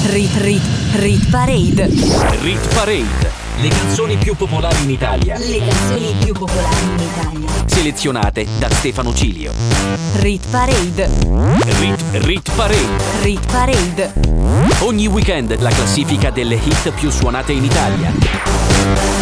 Rit Parade. Rit Parade. Le canzoni più popolari in Italia. Selezionate da Stefano Cilio. Rit Parade. Rit Parade. Rit Parade. Ogni weekend la classifica delle hit più suonate in Italia.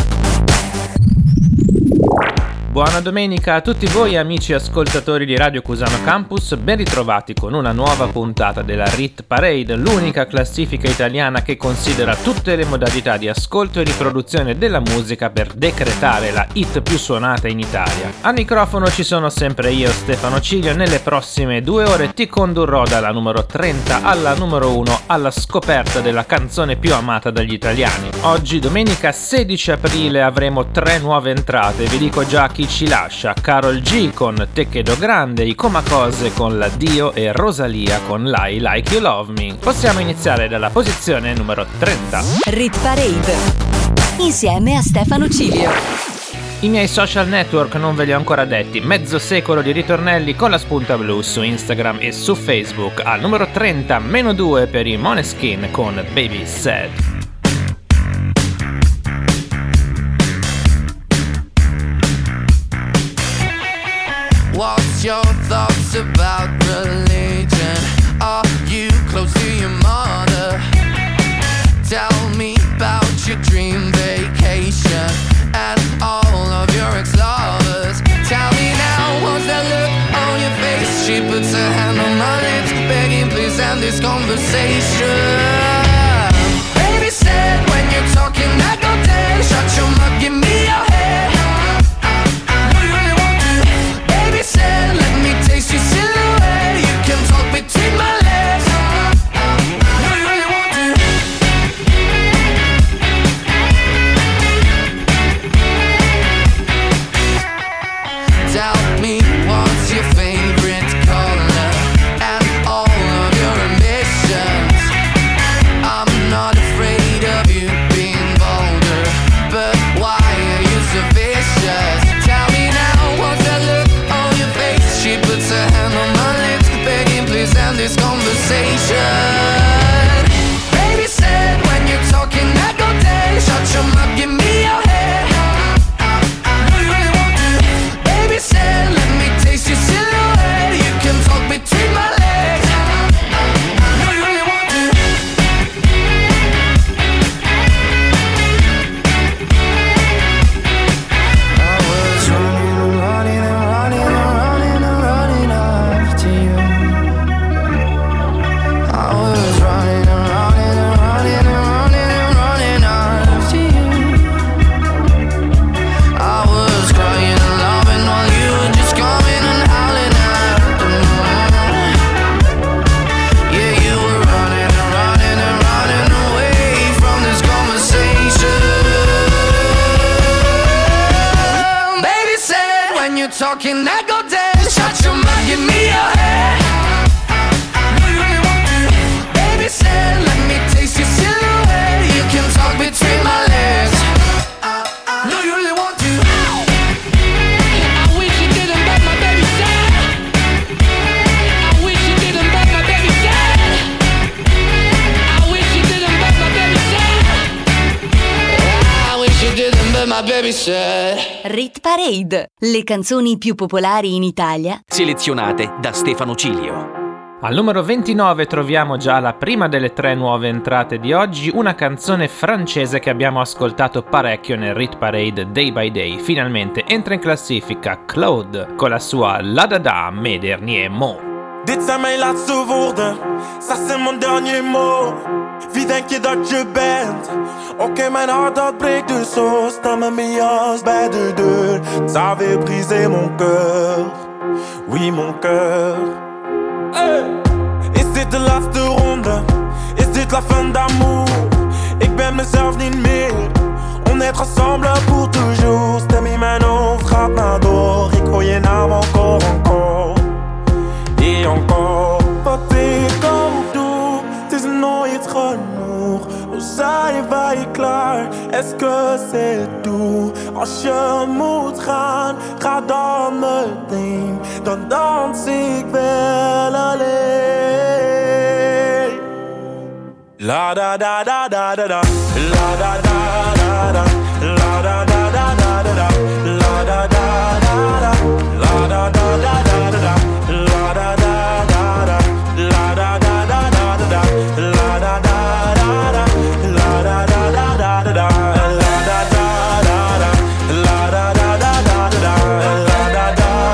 Buona domenica a tutti voi amici ascoltatori di Radio Cusano Campus, ben ritrovati con una nuova puntata della Rit Parade, l'unica classifica italiana che considera tutte le modalità di ascolto e riproduzione della musica per decretare la hit più suonata in Italia. Al microfono ci sono sempre io, Stefano Cilio, nelle prossime 2 ore ti condurrò dalla numero 30 alla numero 1 alla scoperta della canzone più amata dagli italiani. Oggi, domenica 16 aprile, avremo 3 nuove entrate, vi dico già chi ci lascia: Karol G con Te Chiedo Grande, i Comacose con L'Addio e Rosalia con I Like You Love Me. Possiamo iniziare dalla posizione numero 30. Rit Parade insieme a Stefano Cilio. I miei social network non ve li ho ancora detti, mezzo secolo di ritornelli con la spunta blu su Instagram e su Facebook. Al numero 30, meno 2 per i Måneskin con Baby Said. What's your thoughts about religion? Are you close to your mother? Tell me about your dream vacation and all of your ex-lovers. Tell me now, what's that look on your face? She puts her hand on my lips, begging please end this conversation. Baby said when you're talking I go dead. Shut your mouth, give me your head. Let me taste your silhouette. You can talk between my legs. No, you really want to. Tell me what's your favorite color and all of your ambitions. I'm not afraid of you being bolder, but why are you so vicious? Tell me now, what's that look? She puts her hand on my lips, begging please end this conversation. Baby said when you're talking I go dead. Shut your mouth, give me your head. No, you really want to. Baby said let me taste your silhouette. You can talk between my legs. No, you really want to. I was running after you. I was running after you. I was crying and loving while you were just coming and howling at the moon. Yeah, you were running away from this conversation. Baby said when you're talking I go dead. Shut your mouth, give me your head. No, you really want to. Baby said let me taste your silhouette. You can talk between my legs. No, you really want to. I wish you didn't, but my baby said. I wish you didn't, but my baby said. I wish you didn't, but my baby said. I wish you didn't, but my baby said. Rit Parade, le canzoni più popolari in Italia, Selezionate da Stefano Cilio. Al numero 29 troviamo già la prima delle 3 nuove entrate di oggi, una canzone francese che abbiamo ascoltato parecchio nel Rit Parade Day by Day. Finalmente entra in classifica Claude con la sua La Dada Mes Derniers Mots. Dit zijn mijn laatste woorden, ça c'est mon dernier mot. Wie denk je dat je bent? Oké, mijn hart dat breekt dus zo. Sta me mee als bij de deur. Ça avait brisé mon cœur, oui mon cœur. Hey. Is dit de laatste ronde? Is dit la fin d'amour? Ik ben mezelf niet meer. On est ensemble pour toujours. Stem in mijn hoofd gaat maar door. Ik hoor je naam encore. Et encore. Wat ik ook doe, het is nooit genoeg. Hoe zijn je klaar? Est-ce que c'est tout? Als je moet gaan, ga dan meteen. Dan dans ik wel alleen. La da da da da da da, la da da da da, la da da da da da, la da da da da, la da da da da da, la da da da da, la da da da da da, la da da da da, la da da da da da, la da da da da, la da da da da da, la da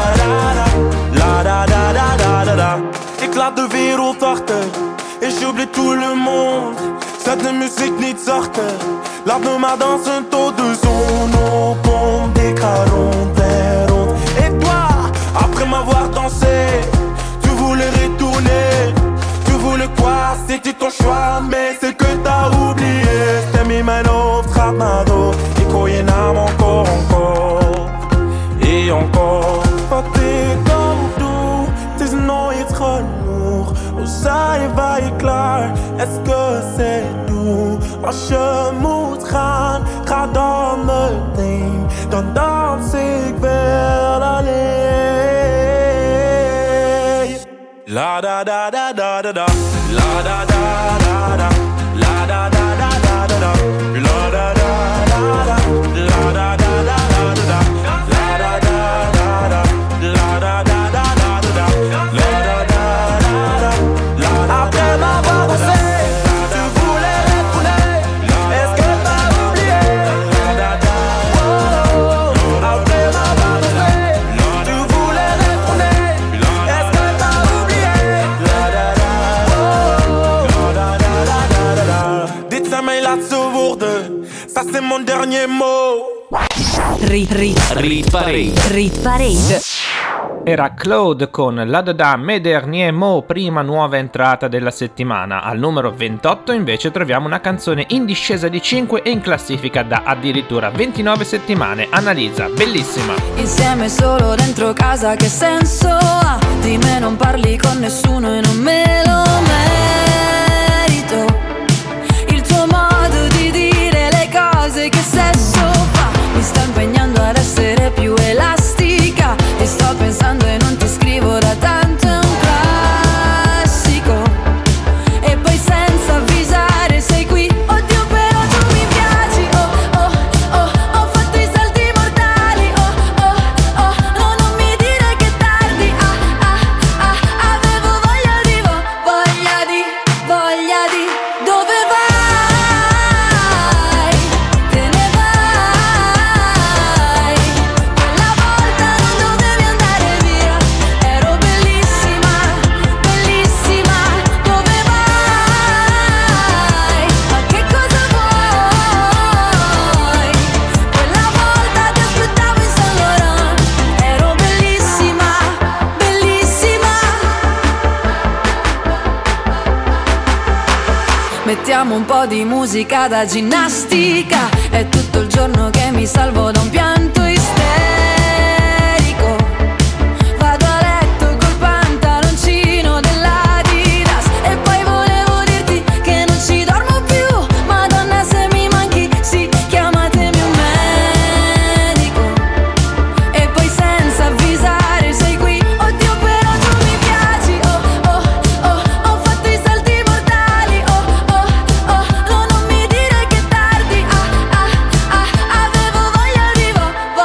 da da da. Ik laat de wereld achter. Et j'oublie tout le monde. Zet de muziek niet zachter. Laat me maar dansen tot de zon opkomt. Ik ga rond en rond. Et toi, après m'avoir dansé, tu voulais retourner. Tu voulais quoi, c'était ton choix, mais c'est que t'as oublié. Stem in mijn hoofd gaat naar door. Ik hoor je naam encore, encore. Et encore. Wat ik ook doe, het is nooit genoeg. Hoe zijn je klaar? Est-ce que c'est doux? Als je moet gaan, ga dan meteen. Dan dans ik wel alleen. La da da da da da da, la da da da da, la da da da da da, la da da da da, la da da da da da, la da da da da, la da da da da da, la da da da da. Après m'avoir dansé, tu voulais retourner. Est-ce que t'as oublié? Après m'avoir dansé, tu voulais retourner. Est-ce que t'as oublié? Dit zijn mijn laatste woorden. Ça c'est mon dernier mot. Rit Parade. Era Claude con La Dada Mes Derniers Mots, prima nuova entrata della settimana. Al numero 28 invece troviamo una canzone in discesa di 5 e in classifica da addirittura 29 settimane. Annalisa, bellissima. Insieme solo dentro casa, che senso ha? Di me non parli con nessuno e non me lo merito. Il tuo modo di dire le cose, che sesso fa? Mi sto impegnando ad essere più elastica. Ti sto pensando e non ti scrivo da tanto, è un classico. E poi senza avvisare sei qui. Oddio però tu mi piaci. Oh oh oh, ho fatto i salti mortali. Oh oh oh, no non mi dire che tardi. Ah ah ah, avevo voglia di dove vai? Te ne vai. Quella volta non dovevi andare via. Ero bellissima, bellissima. Dove vai? Ma che cosa vuoi? Quella volta ti aspettavo in Saint Laurent. Ero bellissima, bellissima. Mettiamo un po' di musica da ginnastica. È tutto il giorno che mi salvo da un pianto isterico. Vado a letto col pantaloncino dell'Adidas. E poi volevo dirti che non ci dormo più. Madonna se mi manchi, sì, chiamatemi un medico. E poi senza avvisare sei qui. Oddio però tu mi piaci. Oh oh oh, ho fatto i salti mortali. Oh oh oh, no non mi dire che tardi. Ah ah ah, avevo voglia di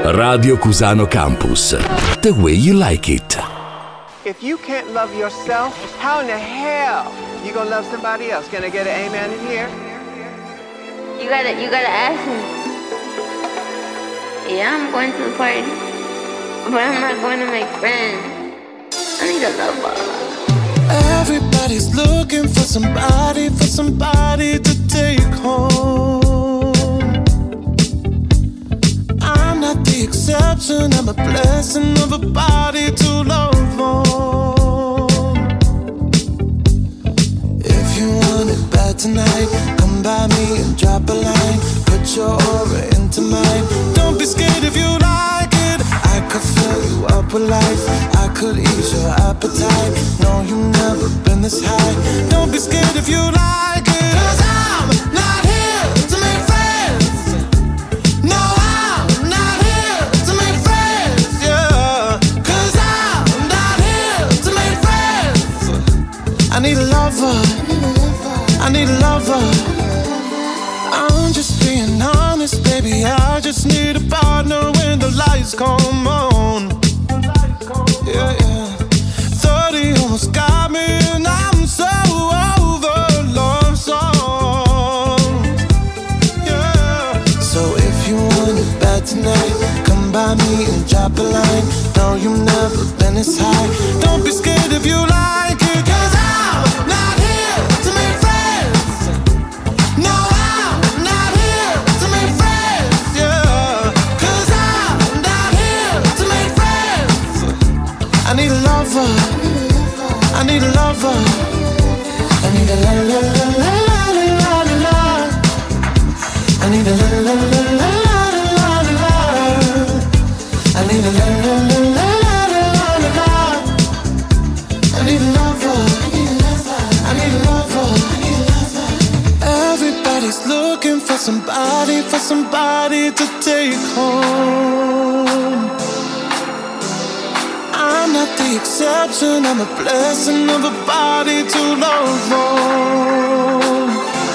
Radio Cusano Campus. The way you like it. If you can't love yourself, how in the hell you gonna love somebody else? Can I get an amen in here? You gotta ask me. Yeah, I'm going to the party, but I'm not going to make friends. I need a lover. Everybody's looking for somebody to take home. I'm not the exception, I'm a blessing of a body to love on. If you want it bad tonight, come by me and drop a line. Put your aura into mine. Don't be scared if you like it. I could fill you up with life. I could ease your appetite. No, you've never been this high. Don't be scared if you like it. 'Cause I'm not here to make friends. No, I'm not here to make friends, yeah. 'Cause I'm not here to make friends. I need a lover. I need a lover. I'm just being honest, baby. I just need a partner when the lights come on. Yeah, yeah. 30 almost got me, and I'm so over love song. Yeah. So if you want it bad tonight, come by me and drop a line. No, you've never been this high. Don't be scared if you like it, 'cause I'm not here to make friends. No, I'm not here to make friends, yeah. 'Cause I'm not here to make friends. I need a lover. I need a lover. I need a la la la la la la la la. I need a la la la la la la la la. I need a la la la la la la la. I need a lover. I need a lover. Everybody's looking for somebody to take home. I'm not the exception, I'm a blessing of a body to love on.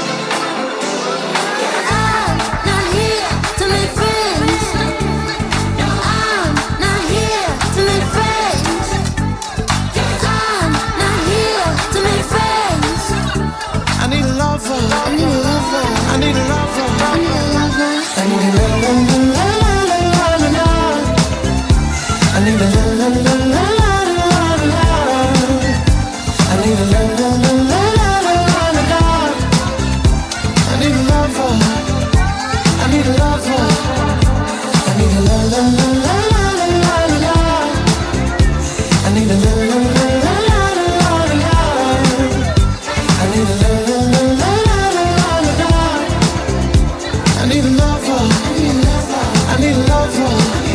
I'm not here to make friends. No, I'm not here to make friends. I'm not here to make friends. I need a lover. I need a lover. I need a lover. I need a lover. I need a la la la la la la la. I need a la la la la la la la. I need a la la la la la la la. I need a lover. I need a lover. I need a la la la la la la la. I need a la la la la la la la. I need a la la la la la la. I need a lover. I need a lover.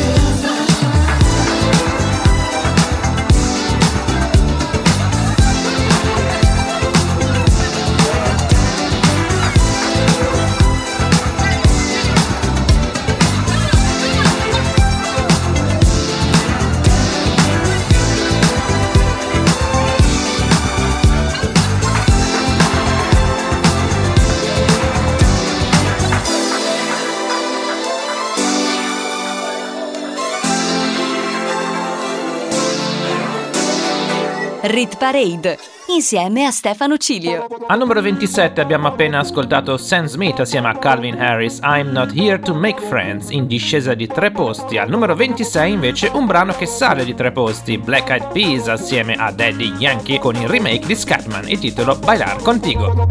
Rit Parade, insieme a Stefano Cilio. Al numero 27 abbiamo appena ascoltato Sam Smith assieme a Calvin Harris, I'm Not Here to Make Friends, in discesa di 3 posti. Al numero 26 invece un brano che sale di 3 posti, Black Eyed Peas assieme a Daddy Yankee con il remake di Scatman, il titolo Bailar Contigo.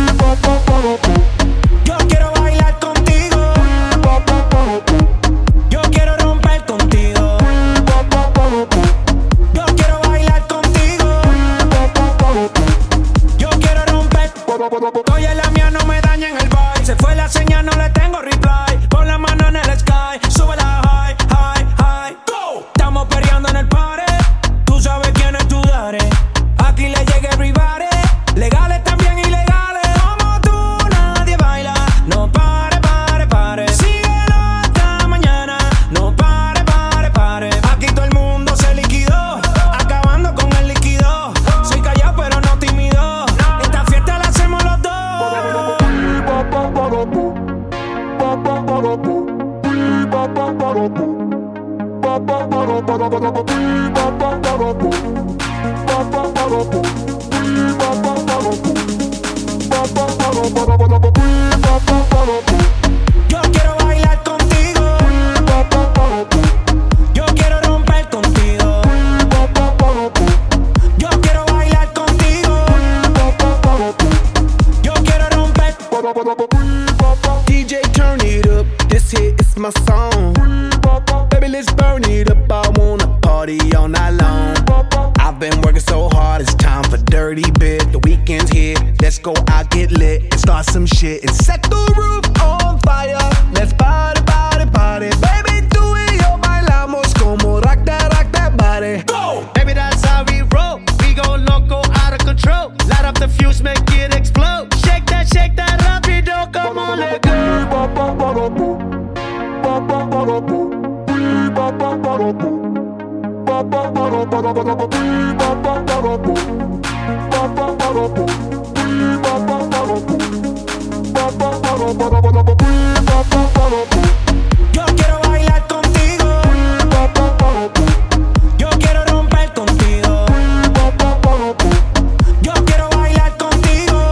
Yo quiero bailar contigo. Yo quiero romper contigo. Yo quiero bailar contigo. Yo quiero romper. Oye, la mía no me daña en el vibe. Se fue la señal, no le tengo reply. Pon la mano en el sky. Sube la high, high, high. Go. Estamos perreando en el party. Tú sabes quién es tu daddy. Aquí le llega everybody. Legales también ilegales. Como tú nadie baila. No pare, pare, pare. Síguelo hasta mañana. No pare, pare, pare. Aquí todo el mundo se liquidó. Acabando con el líquido. Soy callado pero no tímido. Esta fiesta la hacemos los dos. Yo quiero bailar contigo. Yo quiero romper contigo. Yo quiero bailar contigo. Yo quiero romper. DJ, turn it up. This hit is my song. Baby, let's burn it up. I wanna party all night long. I've been working so hard, it's time for dirty bit. The weekend's here, let's go out, get lit, and start some shit and set the roof on fire. Let's party, party, party. Baby, tú y yo bailamos como rock that body. Go! Baby, that's how we roll. We go loco, out of control. Light up the fuse, make it explode. Shake that rapido, come on, let go. Yo quiero bailar contigo. Yo quiero romper contigo. Yo quiero bailar contigo.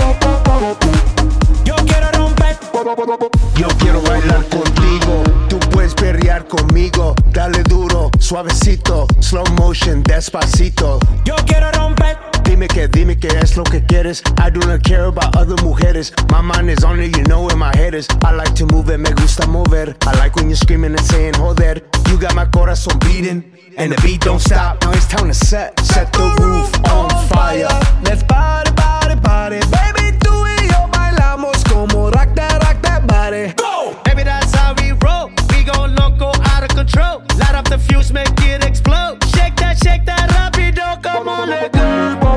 Yo quiero romper. Yo quiero bailar contigo. Tú puedes perrear conmigo. Dale duro, suavecito, slow motion, despacito. Yo quiero romper. Dime que es lo que quieres. I do not care about other mujeres. My mind is on it, you know where my head is. I like to move it, me gusta mover. I like when you're screaming and saying joder. You got my corazón beating, and the beat don't stop. Now it's time to set the roof on fire. Let's party, party, party. Baby, tú y yo bailamos como rock that body. Go! Baby, that's how we roll. We go loco, out of control. Light up the fuse, make it explode. Shake that rapido, come on, let go.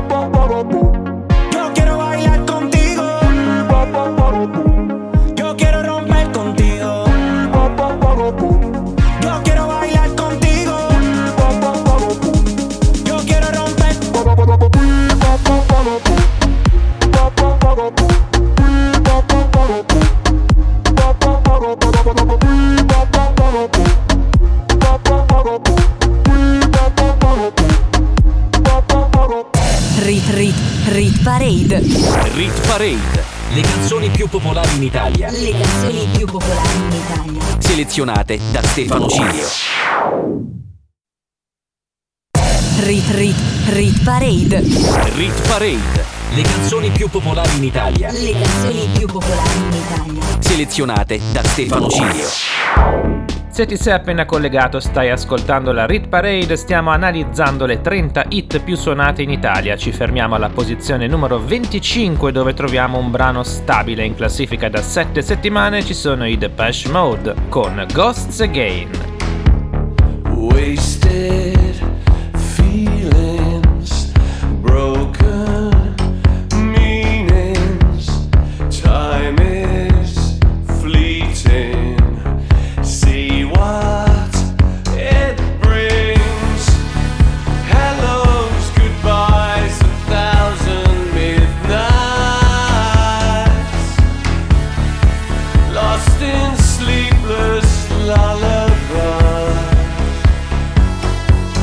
Yo quiero bailar contigo. Yo quiero romper contigo. Yo quiero bailar contigo. Yo quiero romper. Rit Parade. Rit Parade. Le canzoni più popolari in Italia. Le canzoni più popolari in Italia. Selezionate da Stefano Cilio. Rit Parade. Rit Parade. Le canzoni più popolari in Italia. Le canzoni più popolari in Italia. Selezionate da Stefano Cilio. Se ti sei appena collegato, stai ascoltando la Rit Parade, stiamo analizzando le 30 hit più suonate in Italia. Ci fermiamo alla posizione numero 25 dove troviamo un brano stabile in classifica da 7 settimane, ci sono i Depeche Mode con Ghosts Again. Wasted feelings, broken meanings, time is fleeting. See what it brings. Hellos, goodbyes, 1,000 midnights. Lost in sleepless lullaby.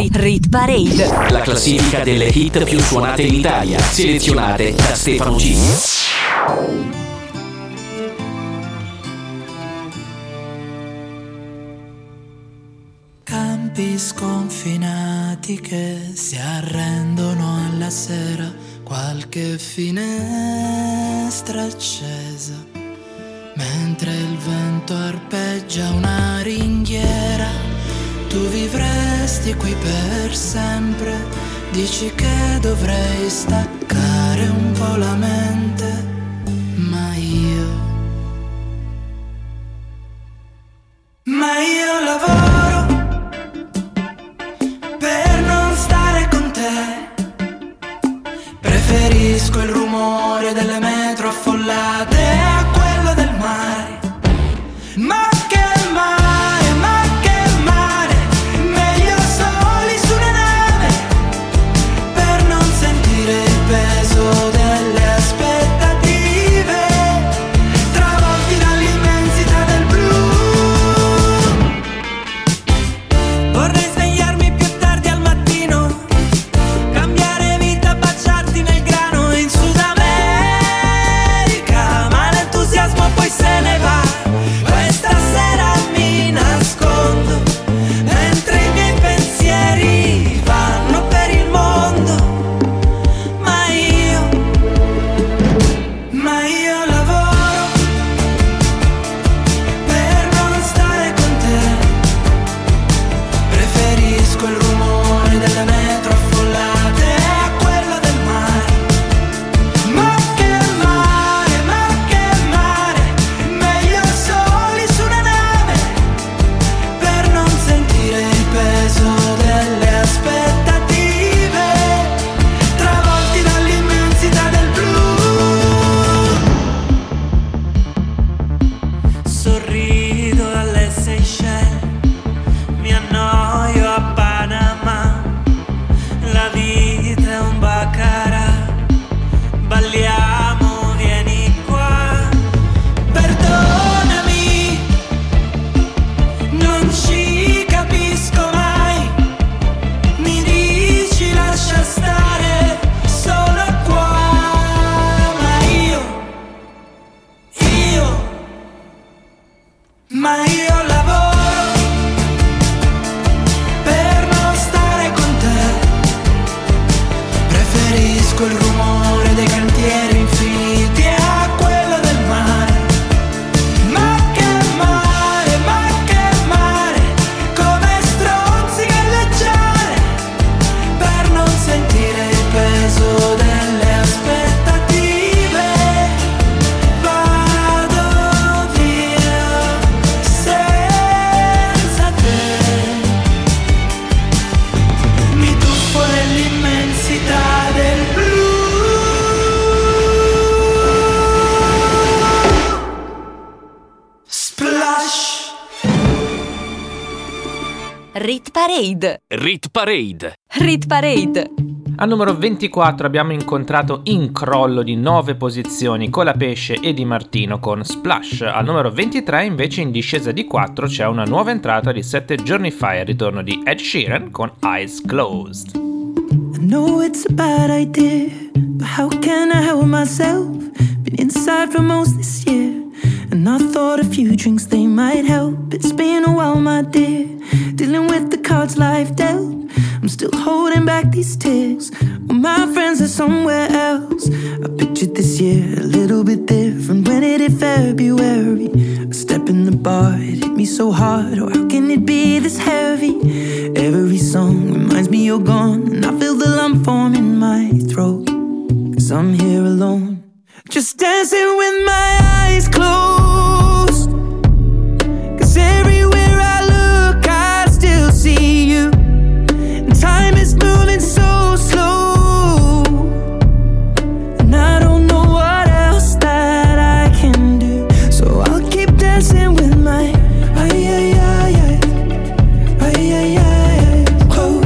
Rit Parade. La classifica delle hit più suonate in Italia, selezionate da Stefano G. Campi sconfinati che si arrendono alla sera, qualche finestra accesa, mentre il vento arpeggia una ringhiera. Tu vivresti qui per sempre, dici che dovrei staccare un po' la mente, ma io lavoro per non stare con te. Preferisco il rumore delle metro affollate a quello del mare. Ma che mare, ma che mare, meglio soli su una nave, per non sentire il peso delle aspettative, travolti dall'immensità del blu. Vorrei svegliarmi più tardi al mattino, cambiare vita, baciarti nel grano in Sud America, ma l'entusiasmo poi se ne va. Questa sera mi nascondo, mentre i miei pensieri vanno per il mondo. Ma io lavoro per non stare con te. Preferisco il rumore delle metro affollate a quello del mare. Ma che mare, meglio soli su una nave, per non sentire il peso delle aspettative, travolti dall'immensità del blu. Sorrido alle Seychelles, mi annoio a Panama, la vita è un baccarat, balliamo, vieni qua. Perdonami, non ci capisco mai, mi dici lascia stare, sono qua. Ma io lavoro per non stare con te. Preferisco il rumore dei cantieri infiniti a quello del mare. Ma che mare, come stronzi galleggiare, per non sentire il peso delle aspettative. Vado via senza te, mi tuffo nell'immensità del blu. Splash. Rit Parade. Rit Parade. Rit Parade. Al numero 24 abbiamo incontrato in crollo di 9 posizioni Colapesce e Di Martino con Splash. Al numero 23 invece in discesa di 4 c'è una nuova entrata di 7 giorni fa, il ritorno di Ed Sheeran con Eyes Closed. I know it's a bad idea, but how can I help myself? Been inside for most this year, and I thought a few drinks they might help. It's been a while, my dear, dealing with the cards life dealt. I'm still holding back these tears, well, my friends are somewhere else. I pictured this year a little bit different. When it hit February, a step in the bar, it hit me so hard. Oh, how can it be this heavy? Every song reminds me you're gone, and I feel the lump form in my throat, 'cause I'm here alone, just dancing with my eyes closed. 'Cause everywhere I look I still see you, and time is moving so slow, and I don't know what else that I can do, so I'll keep dancing with my close.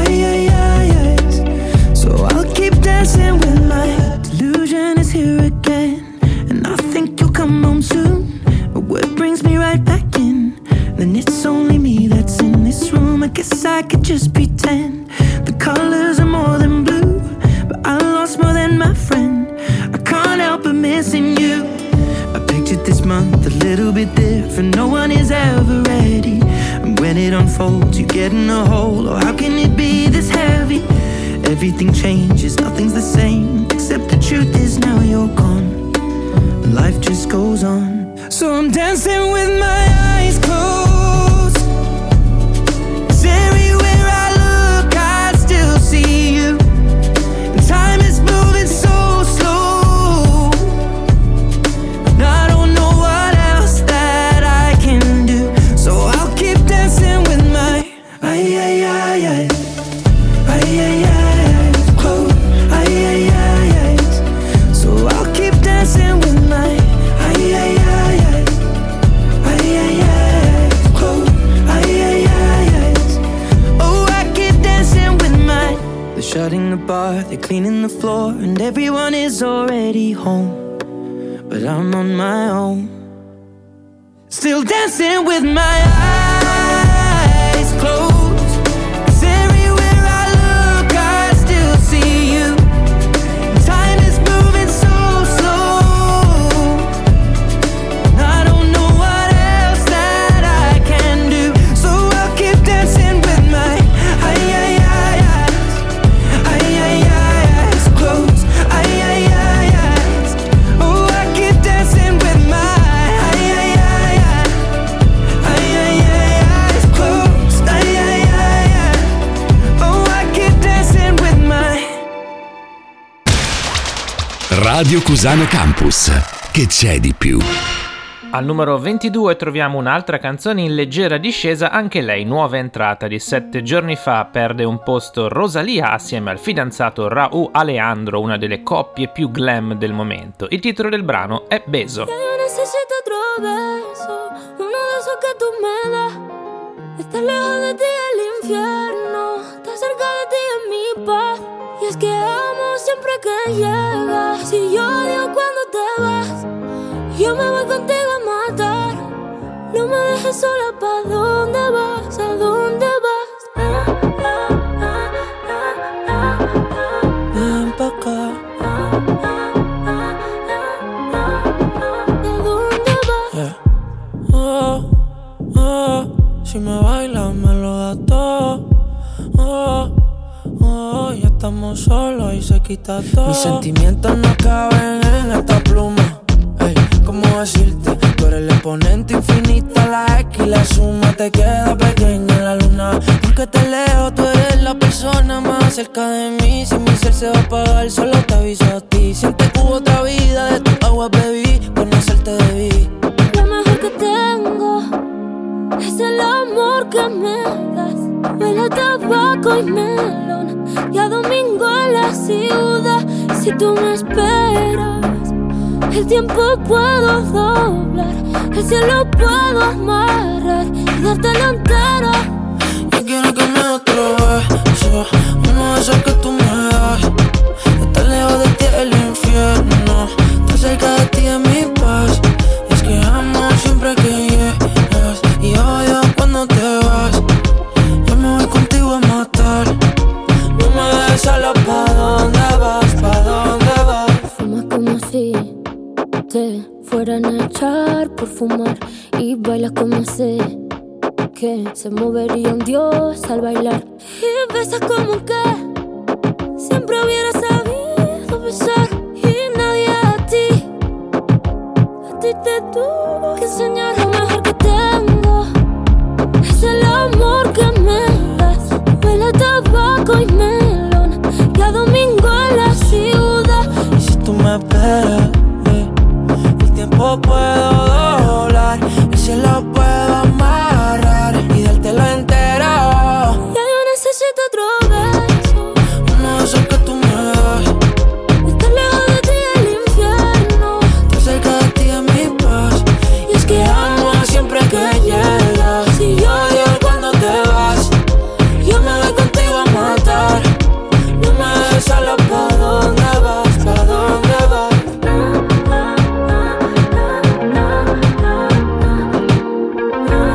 So I'll keep dancing with my delusion is here again, and I think you'll come home soon. But what brings me right back in? Then it's only me that's in this room again. guess I could just pretend the colors are more than blue, but I lost more than my friend. I can't help but missing you. I pictured this month a little bit different. No one is ever ready, and when it unfolds you get in a hole. Oh, how can it be this heavy? Everything changes, nothing's the same, except the truth is now you're gone, and life just goes on. So I'm dancing with my eyes closed, 'cause everywhere I look I still see you, and time is moving so slow, and I don't know what else that I can do. So I'll keep dancing with my eyes closed, eyes. So I'll keep dancing with my eyes closed, eyes. Oh, I keep dancing with my. They're shutting the bar, they're cleaning the floor, and everyone is already home, but I'm on my own, still dancing with my eyes closed. Radio Cusano Campus. Che c'è di più? Al numero 22 troviamo un'altra canzone in leggera discesa, anche lei nuova entrata di 7 giorni fa. Perde un posto Rosalía assieme al fidanzato Raúl Alejandro, una delle coppie più glam del momento. Il titolo del brano è Beso. Io necesito otro beso, uno de esos que tú me das. Estar lejos de ti es el infierno, estar cerca de ti es mi paz. Y es que amo siempre que llegas, si yo odio cuando te vas. Yo me voy contigo a matar, no me dejes sola. ¿Pa' dónde vas? ¿A dónde vas? Ven pa' acá. ¿A dónde vas? Yeah. Oh, oh, si me bailas me lo das todo. Oh, oh, ya estamos solos y se quita todo. Mis sentimientos no caben en esta pluma. Ey, ¿cómo decirte? Tú eres el exponente infinito, la X y la suma te queda pequeña en la luna. Porque te leo, tú eres la persona más cerca de mí. Si mi ser se va a apagar, solo te aviso a ti. Siempre hubo otra vida, de tu agua bebí, conocerte debí. Lo mejor que tengo es el amor que me das. Huele a tabaco y melón, y a domingo en la ciudad. Si tú me esperas, el tiempo puedo doblar, el cielo puedo amarrar y dártelo entero. Yo quiero que me des otro beso, uno de esos que tú me das. Estar lejos de ti es el infierno, estar cerca de ti es mi paz. Y es que amo siempre que llegas y odio cuando te vas. Yo me voy contigo a matar, no me dejes sola. ¿Pa' dónde vas? ¿Pa' dónde vas? Fumas como si te fueran a echar por fumar, y bailas como sé que se movería un dios al bailar. Y besas como que siempre hubiera sabido besar, y nadie a ti te tuvo que enseñar. Lo mejor que tengo es el amor que me das. Huele a tabaco y melón, y a domingo en la ciudad. Y si tú me esperas, el tiempo puedo doblar, el cielo puedo amarrar y dártelo entero. Ya yo necesito otro beso, uno de esos que tú me das. estar lejos de ti es el infierno, estar cerca de ti es mi paz. y es que amo siempre que llegas, si yo odio cuando te vas. yo me voy contigo a matar. No me dejes sola. ¿Pa' dónde vas? ¿Pa' dónde vas?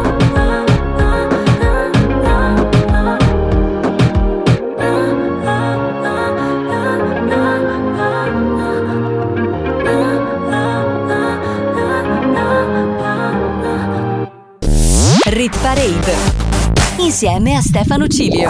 Rit Parade, insieme a Stefano Cilio.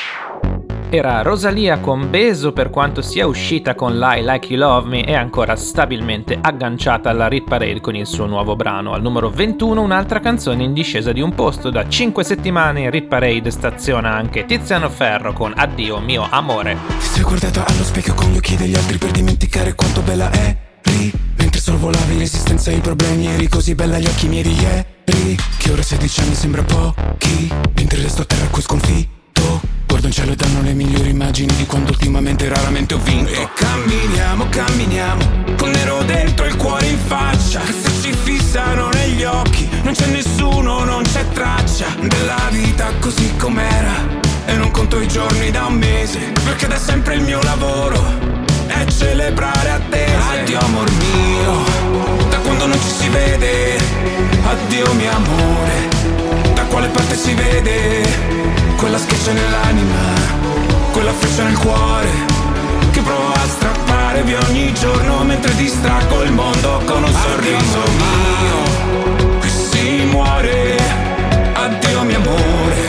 Era Rosalia con Beso. Per quanto sia uscita con Lie Like You Love Me, è ancora stabilmente agganciata alla Rit Parade con il suo nuovo brano. Al numero 21 un'altra canzone in discesa di un posto. Da 5 settimane in Rit Parade staziona anche Tiziano Ferro con Addio mio amore. Ti sei guardata allo specchio con gli occhi degli altri per dimenticare quanto bella eri. Mentre sorvolavi l'esistenza e i problemi, eri così bella agli occhi miei di ieri. Che ora 16 anni sembra pochi, mentre resto a terra qui sconfitto. Guardo in cielo e danno le migliori immagini di quando ultimamente raramente ho vinto. E camminiamo, camminiamo, con nero dentro e il cuore in faccia, che se ci fissano negli occhi non c'è nessuno, non c'è traccia della vita così com'era. E non conto i giorni da un mese, perché da sempre il mio lavoro è celebrare attese. Addio amor mio, da quando non ci si vede. Addio mio amore, da quale parte si vede quella schiaccia nell'anima, quella freccia nel cuore, che provo a strappare via ogni giorno mentre distraggo il mondo con un sorriso mio. Qui si muore. Addio mio amore,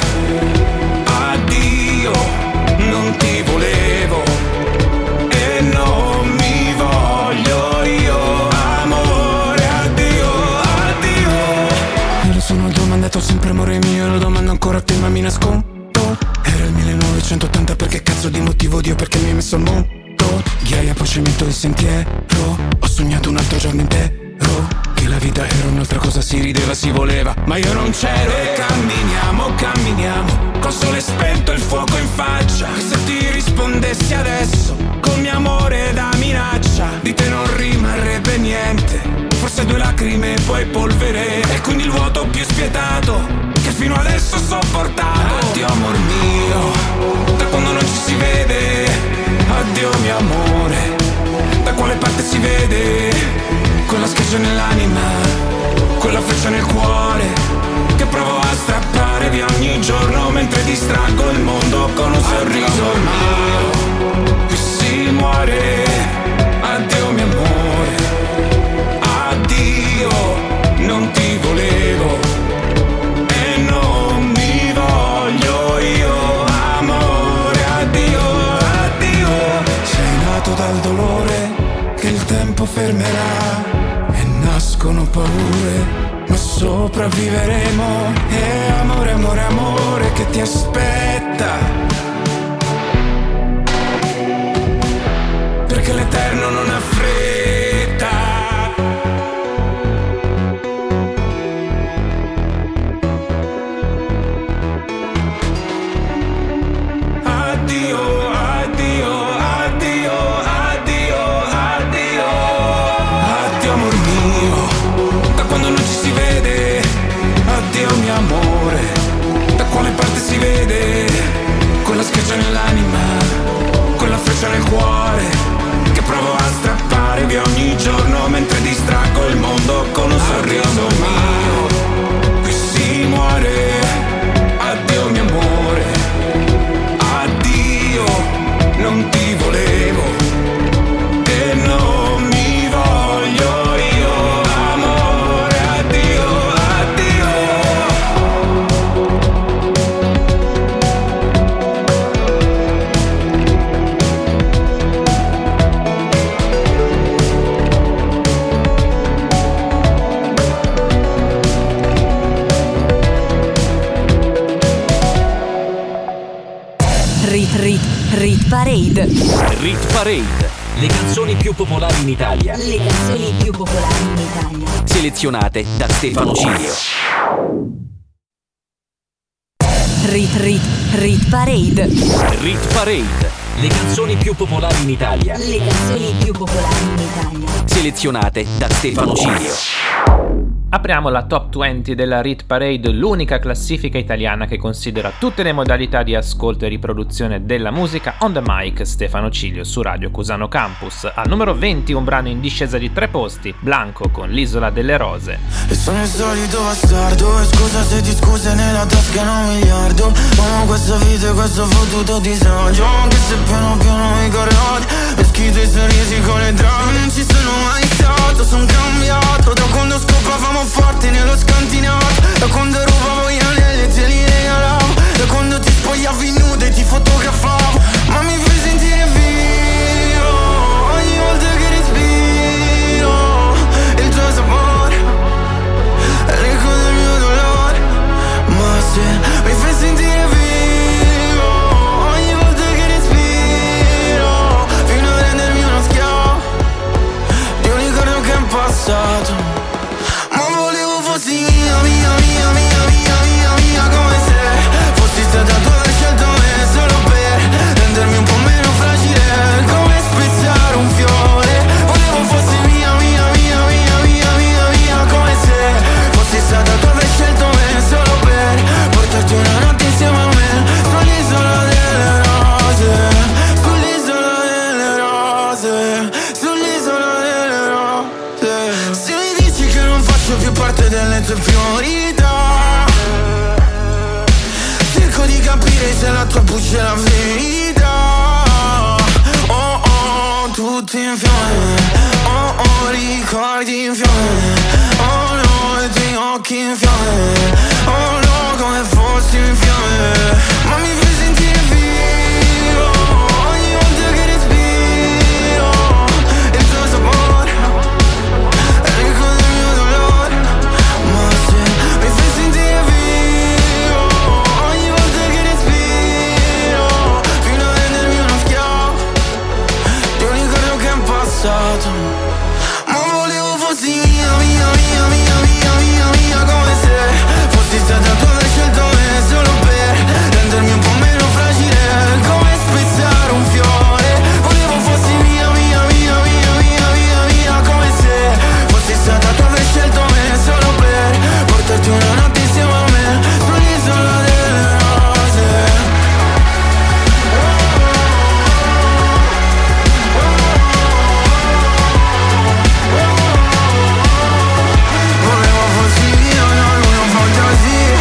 addio, non ti volevo e non mi voglio io. Amore, addio, addio. Io lo sono domandato sempre amore mio, lo domando ancora a te ma mi nascondo. Era il 1980, perché cazzo di motivo Dio perché mi hai messo al mondo? Ghiaia poi cemento il sentiero, ho sognato un altro giorno intero, che la vita era un'altra cosa, si rideva, si voleva, ma io non c'ero. E camminiamo, camminiamo, col sole spento e il fuoco in faccia, che se ti rispondessi adesso col mio amore da minaccia, di te non rimarrebbe niente, forse 2 lacrime e poi polvere, e quindi il vuoto più spietato che fino adesso ho sopportato. Addio amor mio, da quando non ci si vede. Addio mio amore, da quale parte si vede quella schiaccia nell'anima, quella freccia nel cuore, che provo a strappare via ogni giorno mentre distraggo il mondo con un sorriso mio. Qui si muore. Addio mio amore, addio, non ti volevo e non mi voglio io. Amore, addio, addio. Sei nato dal dolore che il tempo fermerà e nascono paure, ma sopravviveremo. E amore, amore, amore che ti aspetta, perché l'eterno non ha fretta. Addio, addio, addio, addio, addio. Addio amor mio, da quando non ci si vede. Addio mio amore, da quale parte si vede quella schiaccia nell'anima, quella freccia nel cuore, che provo a strappare via ogni giorno mentre distraggo il mondo con un sorriso mio. Qui si muore. Addio mio amore, addio, non ti volevo e non mi voglio io. Amore, addio, addio. Rit Parade. Rit Parade. Le canzoni più popolari in Italia. Le canzoni più popolari in Italia. Selezionate da Stefano Cilio. Rit Parade. Rit Parade. Le canzoni più popolari in Italia. Le canzoni più popolari in Italia. Selezionate da Stefano Cilio. Apriamo la Top 20 della Rit Parade, l'unica classifica italiana che considera tutte le modalità di ascolto e riproduzione della musica. On the mic, Stefano Cilio su Radio Cusano Campus. Al numero 20 un brano in discesa di 3 posti, Blanco con L'Isola delle Rose. E sono il solito bastardo, e scusa se ti scuse nella tasca non miliardo. Amo questa vita e questo fottuto disagio, anche se piano piano mi corrodi, e schito i sorrisi con le drame. Non ci sono mai stato, sono cambiato da quando scopavamo forte nello scantinato, da quando rubavo io tue priorità. Cerco di capire se la tua voce è la verità. Oh oh, tutti in fiamme. Oh oh, ricordi in fiamme. Oh no, i tuoi occhi in fiamme. Oh no, come fossi in fiamme. Ma mi fai sentire vivo ogni volta che respiro. Il tuo sapore ricorda il mio dolore. Ma se mi fai sentire vivo ogni volta che respiro, fino a rendermi uno schiavo di un ricordo che è passato. Ma volevo fossi mia, mia, mia, mia, mia, mia, mia, come se fossi stata tu aver scelto me solo per rendermi un po' meno fragile, come spezzare un fiore. Volevo fossi mia, mia, mia, mia, mia, mia, mia, come se fossi stata tu aver scelto me solo per portarti una notte insieme a me sull'isola delle rose. Volevo fossi mia, una luna fantasia.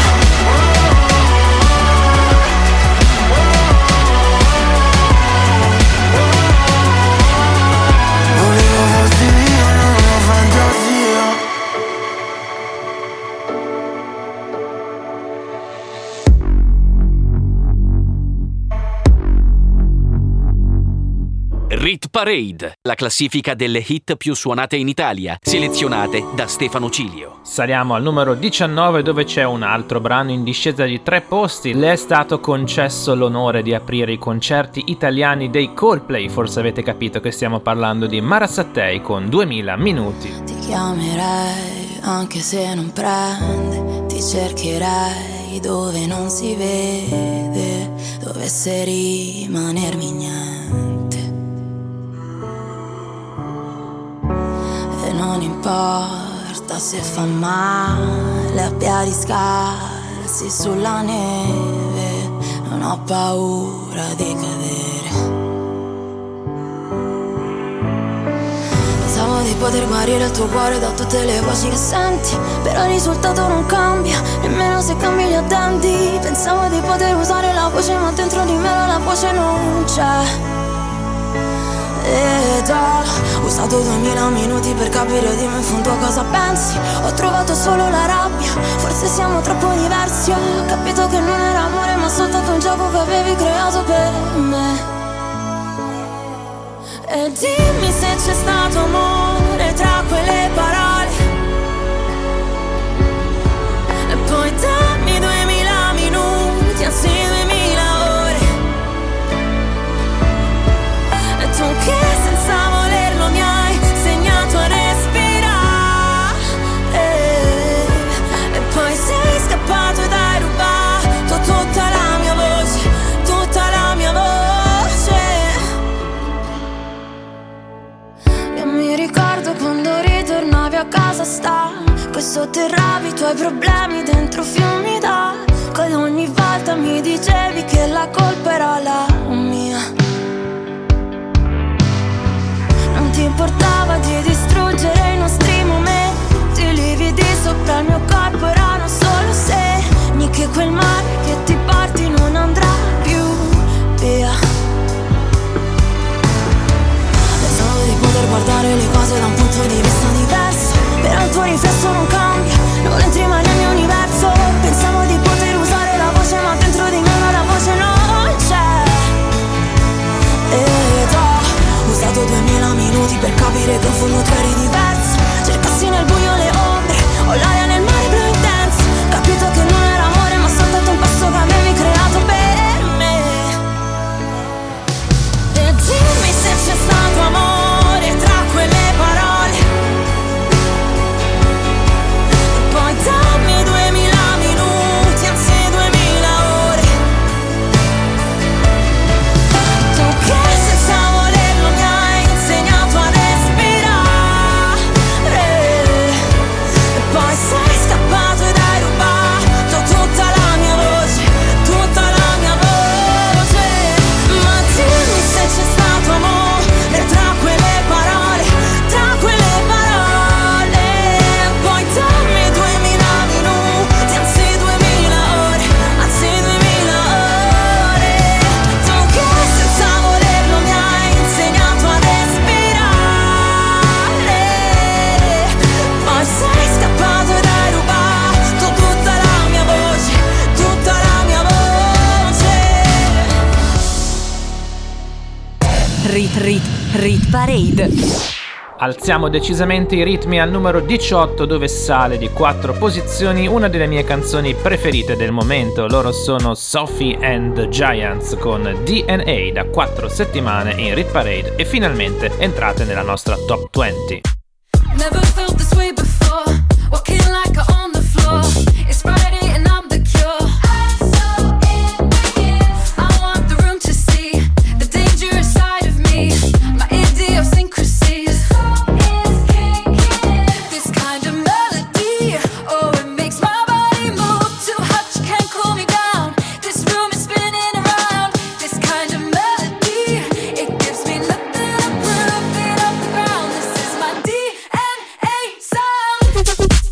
Volevo fossi mia, una luna fantasia. Rit Parade, la classifica delle hit più suonate in Italia, selezionate da Stefano Cilio. Saliamo al numero 19 dove c'è un altro brano in discesa di 3 posti. Le è stato concesso l'onore di aprire i concerti italiani dei Coldplay. Forse avete capito che stiamo parlando di Mara Sattei con 2000 minuti. Ti chiamerei anche se non prende, ti cercherei dove non si vede, dovesse rimanermi niente. E non importa se fa male a piedi scalzi sulla neve, non ho paura di cadere. Pensavo di poter guarire il tuo cuore da tutte le voci che senti, però il risultato non cambia, nemmeno se cambi gli addenti. Pensavo di poter usare la voce, ma dentro di me la voce non c'è. Ed ho usato 2000 minuti per capire di me in fondo a cosa pensi. Ho trovato solo la rabbia, forse siamo troppo diversi. Ho capito che non era amore, ma soltanto un gioco che avevi creato per me. E dimmi se c'è stato amore tra quelle parole, e poi dammi 2000 minuti, anzi 2000 ore. E tu che senza volerlo mi hai segnato a respirare, e poi sei scappato ed hai rubato tutta la mia voce, tutta la mia voce. Io mi ricordo quando ritornavi a casa stanco e sotterravi i tuoi problemi dentro fiumi d'acqua, e ogni volta mi dicevi che la colpa era la mia. Non ti importava di distruggere i nostri momenti, i lividi sopra il mio corpo erano solo segni che quel mare che ti porti non andrà più via. Pensavo di poter guardare le cose da un punto di vista diverso, però il tuo riflesso non cambia, non entri mai nel mio universo. Pensavo di poter usare la voce, ma dentro di me la voce non c'è. Ed ho usato 2000 minuti per capire che in fondo tu eri diverso. Cercassi nel buio le ombre o l'aria nel mare. Rit Parade. Alziamo decisamente i ritmi al numero 18, dove sale di 4 posizioni una delle mie canzoni preferite del momento. Loro sono Sophie and the Giants con DNA, da 4 settimane in Rit Parade e finalmente entrate nella nostra top 20. Never felt this way before. Walking like I own the floor. It's Friday and I'm the cure. I'm so in with you. I want the room to see the dangerous side of me. My idiosyncrasies. This kind of melody, oh, it makes my body move. Too hot, you can't cool me down. This room is spinning around. This kind of melody, it gives me nothing to prove it off the ground. This is my DNA sound.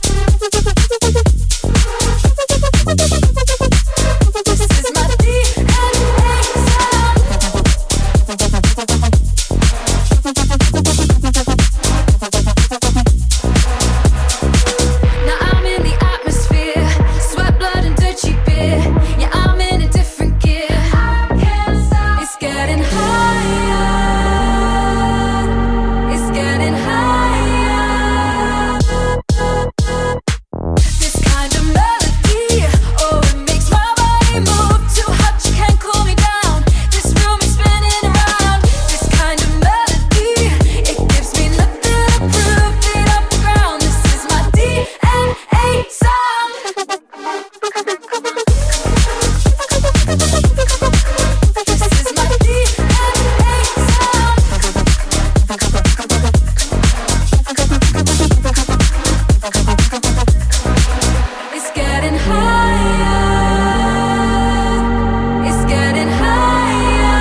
This is my DNA sound. Now I'm in the atmosphere, sweat, blood, and dirty beer. Yeah, I'm in a different gear. It's getting higher. It's getting higher. This kind of melody, oh, it makes my body move. Too hot, you can't cool me down. This room is spinning around. This kind of melody, it gives me nothing to prove it off the ground. This is my DNA sound. This is my DNA sound. It's getting higher. It's getting higher.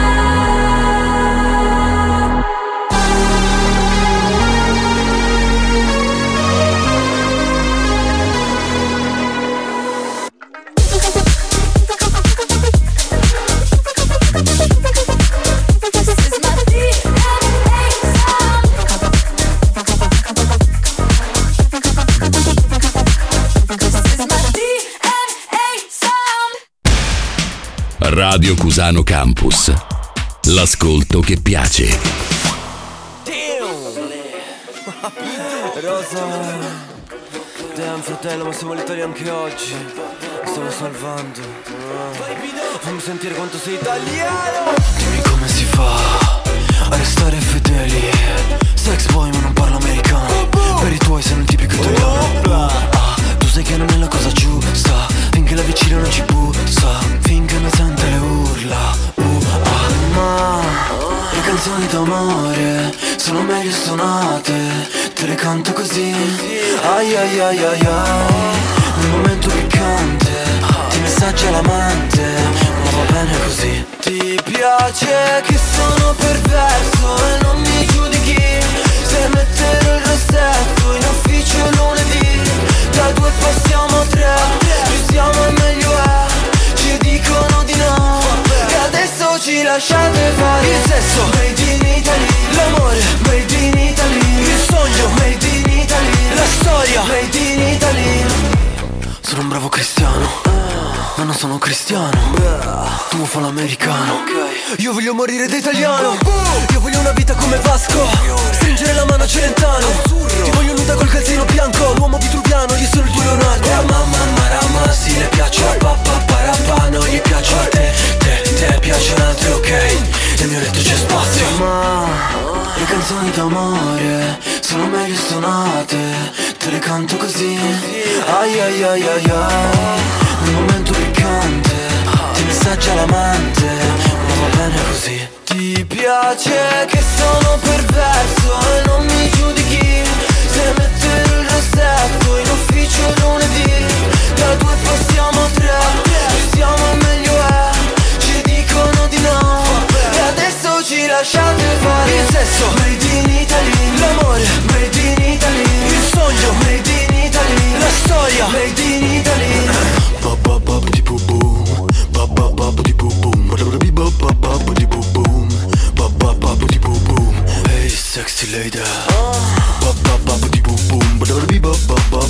This is my DNA sound. This is my DNA sound. Radio Cusano Campus. L'ascolto che piace. Rosa, damn fratello, ma siamo all'Italia anche oggi. Mi stavo salvando. Fammi sentire quanto sei italiano. Dimmi come si fa a restare fedeli. Sex boy ma non parlo americano. Per i tuoi sei un tipico italiano. Tu sai che non è la cosa giusta. Finché la vicina non ci bussa. Finché non sente le urla. Ma le canzoni d'amore sono meglio suonate. Te le canto così. Ai ai ai ai ai. Nel momento piccante ti messaggia l'amante. Ma va bene così. Ti piace che sono perverso e non mi giudichi. Se metterò il rossetto in ufficio lunedì. Da 2 passiamo a 3. Più siamo e meglio è. Ci dicono di no. E adesso ci lasciate fare. Il sesso made in Italy. L'amore made in Italy. Il sogno made in Italy. La storia made in Italy. Sono un bravo cristiano, ma non sono cristiano. Tu fa l'americano. Io voglio morire da italiano. Io voglio una vita come Vasco. Stringere la mano a Celentano. Ti voglio nuda col calzino bianco. L'uomo vitruviano, io sono il tuo Leonardo. Mamma marama, sì le piaccio a papà parapà. Non gli piaccio a te, te piacciono altri, ok. Nel mio letto c'è spazio. Ma le canzoni d'amore sono meglio suonate. Te le canto così. Ai ai ai ai ai. Nel momento piccante ti messaggia l'amante. Ma va bene così. Ti piace che sono perverso e non mi giudichi. Se metterò il rossetto in ufficio lunedì. Da 2 passiamo a 3. Più siamo e meglio è. Ci dicono di no. E adesso ci lasciate fare. Il sesso made in Italy. L'amore made in Italy. Il sogno made in Italy. La storia made in Italy. Hey sexy lady.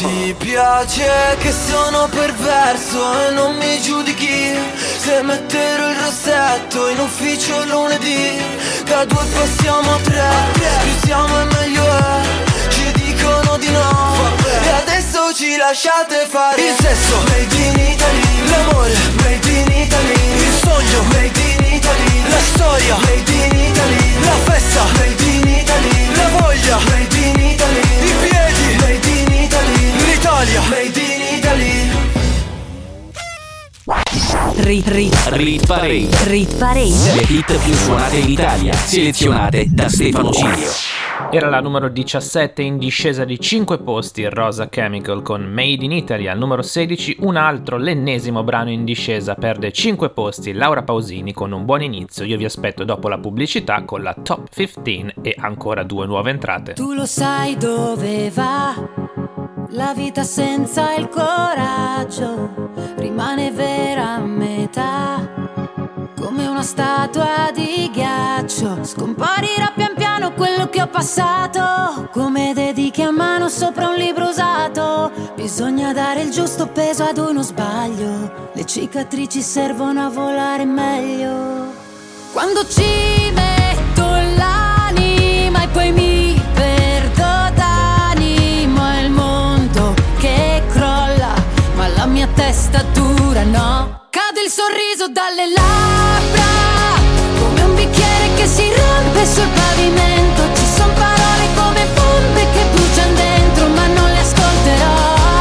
Ti piace che sono perverso e non mi giudichi se metterò il rossetto in ufficio lunedì. Da 2 passiamo a 3, più siamo e meglio è. Ci dicono di no e adesso ci lasciate fare. Il sesso made in Italy, l'amore made in Italy, il sogno made in Italy, la storia made in Italy, la festa made in Italy, la voglia made in Italy, i piedi made in Italy, l'Italia made in Italy. Rit Parade. Le hit più suonate in Italia, selezionate da Stefano Cilio. Era la numero 17 in discesa di 5 posti, Rosa Chemical con Made in Italy. Al numero 16 un altro, l'ennesimo brano in discesa, perde 5 posti, Laura Pausini con Un buon inizio. Io vi aspetto dopo la pubblicità con la Top 15 e ancora 2 nuove entrate. Tu lo sai dove va la vita senza il coraggio, rimane vera a metà, come una statua di ghiaccio. Scomparirà pian piano quello che ho passato, come dediche a mano sopra un libro usato. Bisogna dare il giusto peso ad uno sbaglio, le cicatrici servono a volare meglio. Quando ci metto l'anima e poi mi perdo d'animo, è il mondo che crolla, ma la mia testa dura no. Cade il sorriso dalle labbra, come un bicchiere che si rompe sul pavimento. Ci son parole come bombe che bruciano dentro, ma non le ascolterò.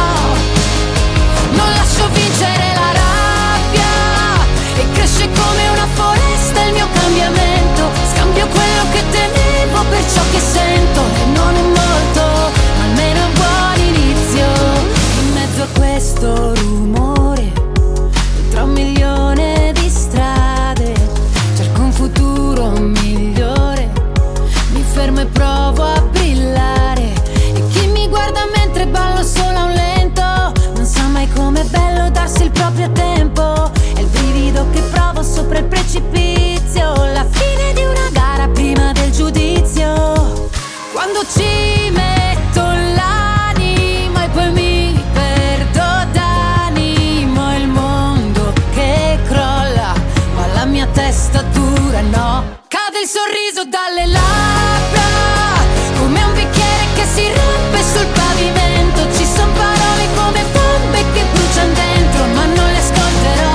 Non lascio vincere la rabbia, e cresce come una foresta il mio cambiamento. Scambio quello che temevo per ciò che sento, e non è molto, ma almeno è un buon inizio. In mezzo a questo rumore, tra 1 milione di strade, cerco un futuro migliore. Mi fermo e provo a brillare, e chi mi guarda mentre ballo solo a un lento non sa mai com'è bello darsi il proprio tempo. È il brivido che provo sopra il precipizio, la fine di una gara prima del giudizio. Quando ci metto l'anima e poi mi perdo d'animo, è il mondo che crolla, ma la mia testa dura no. Cade il sorriso dalle labbra, come un bicchiere che si rompe sul pavimento. Ci son parole come bombe che bruciano dentro, ma non le ascolterò.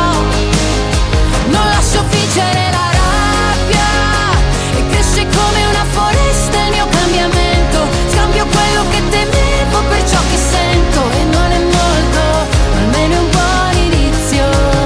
Non lascio vincere la rabbia, e cresce come una foresta il mio cambiamento. Scambio quello che temevo per ciò che sento, e non è molto, ma almeno è un buon inizio.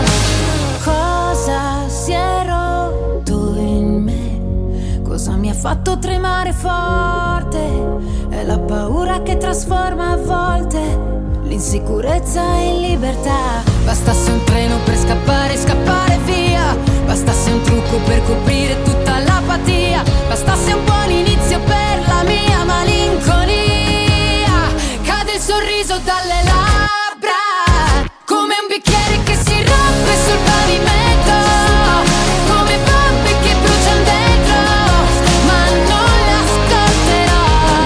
Cosa si è rotto in me? Cosa mi ha fatto tremare forte? È la paura che trasforma a volte l'insicurezza in libertà. Bastasse un treno per scappare, scappare via. Bastasse un trucco per coprire tutta l'apatia. Bastasse un buon inizio per la mia malinconia. Cade il sorriso dalle labbra, come un bicchiere che si rompe sul pavimento, come bombe che bruciano dentro, ma non le ascolterò.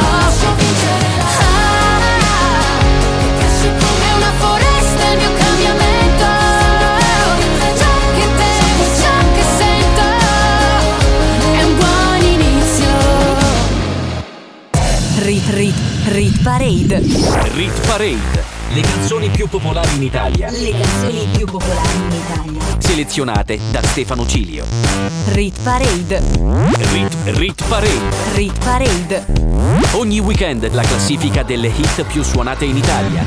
E cresce come una foresta il mio cambiamento. Ciò che temo, ciò che sento, è un buon inizio. Rit Parade. Rit Parade. Le canzoni più popolari in Italia. Le canzoni più popolari in Italia. Selezionate da Stefano Cilio. Rit Parade. Rit Parade. Rit Parade. Ogni weekend la classifica delle hit più suonate in Italia.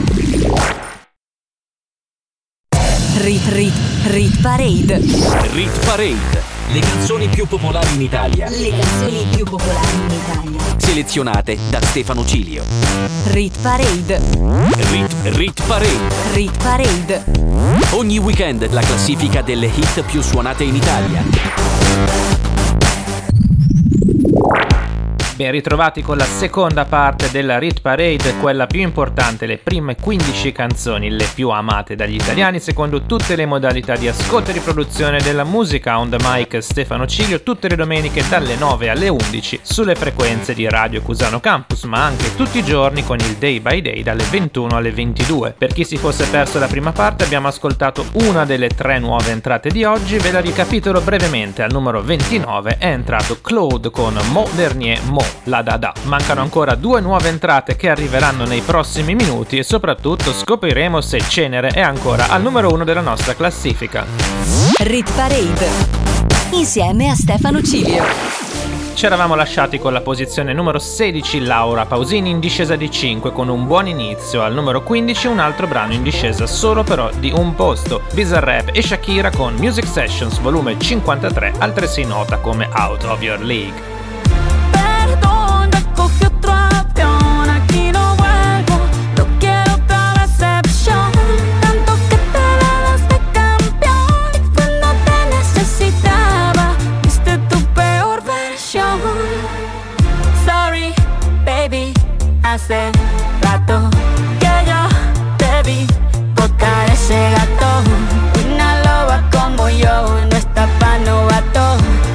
Rit Parade. Rit Parade. Le canzoni più popolari in Italia. Le canzoni più popolari in Italia. Selezionate da Stefano Cilio. Rit Parade. Rit Parade. Rit Parade. Ogni weekend la classifica delle hit più suonate in Italia. Ben ritrovati con la seconda parte della Rit Parade, quella più importante, le prime 15 canzoni, le più amate dagli italiani secondo tutte le modalità di ascolto e riproduzione della musica. On the mic Stefano Cilio, tutte le domeniche dalle 9 alle 11 sulle frequenze di Radio Cusano Campus, ma anche tutti i giorni con il Day by Day dalle 21 alle 22. Per chi si fosse perso la prima parte, abbiamo ascoltato una delle 3 nuove entrate di oggi, ve la ricapitolo brevemente. Al numero 29 è entrato Claude con Mo Dernier Mo, la Dada. Mancano ancora 2 nuove entrate che arriveranno nei prossimi minuti e soprattutto scopriremo se Cenere è ancora al numero 1 della nostra classifica. Rit Parade insieme a Stefano Cilio. Ci eravamo lasciati con la posizione numero 16 Laura Pausini in discesa di 5 con un buon inizio. Al numero 15 un altro brano in discesa solo però di un posto, Bizarrap e Shakira con Music Sessions volume 53, altresì nota come Out of Your League. Perdón, ya cogí otro avión, aquí no vuelvo, no quiero otra decepción. Tanto que te dabas de campeón y cuando te necesitaba, viste tu peor versión. Sorry, baby, hace rato que yo te vi botar ese gato. Una loba como yo no está pa' novato.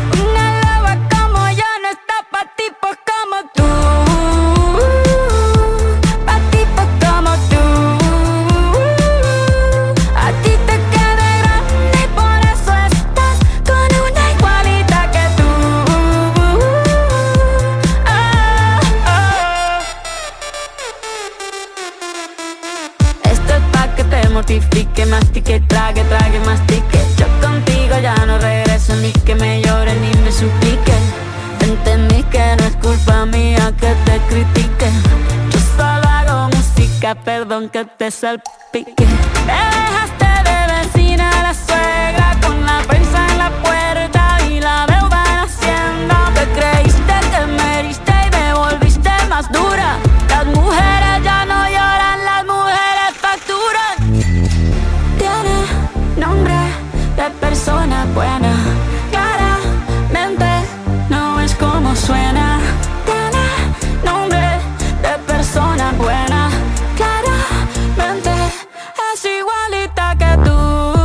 Mortifique, mastique, trague, mastique. Yo contigo ya no regreso, ni que me llore ni me suplique. Entendí que no es culpa mía que te critique. Yo solo hago música, perdón que te salpique. Me dejaste de vecina a la suegra con la prensa en la puerta y la deuda en Hacienda. Te creíste que me heriste y me volviste más dura. Las mujeres ya no lloran, las mujeres facturan. Nombre de persona buena, claramente no es como suena. Tiene nombre de persona buena, claramente es igualita que tú.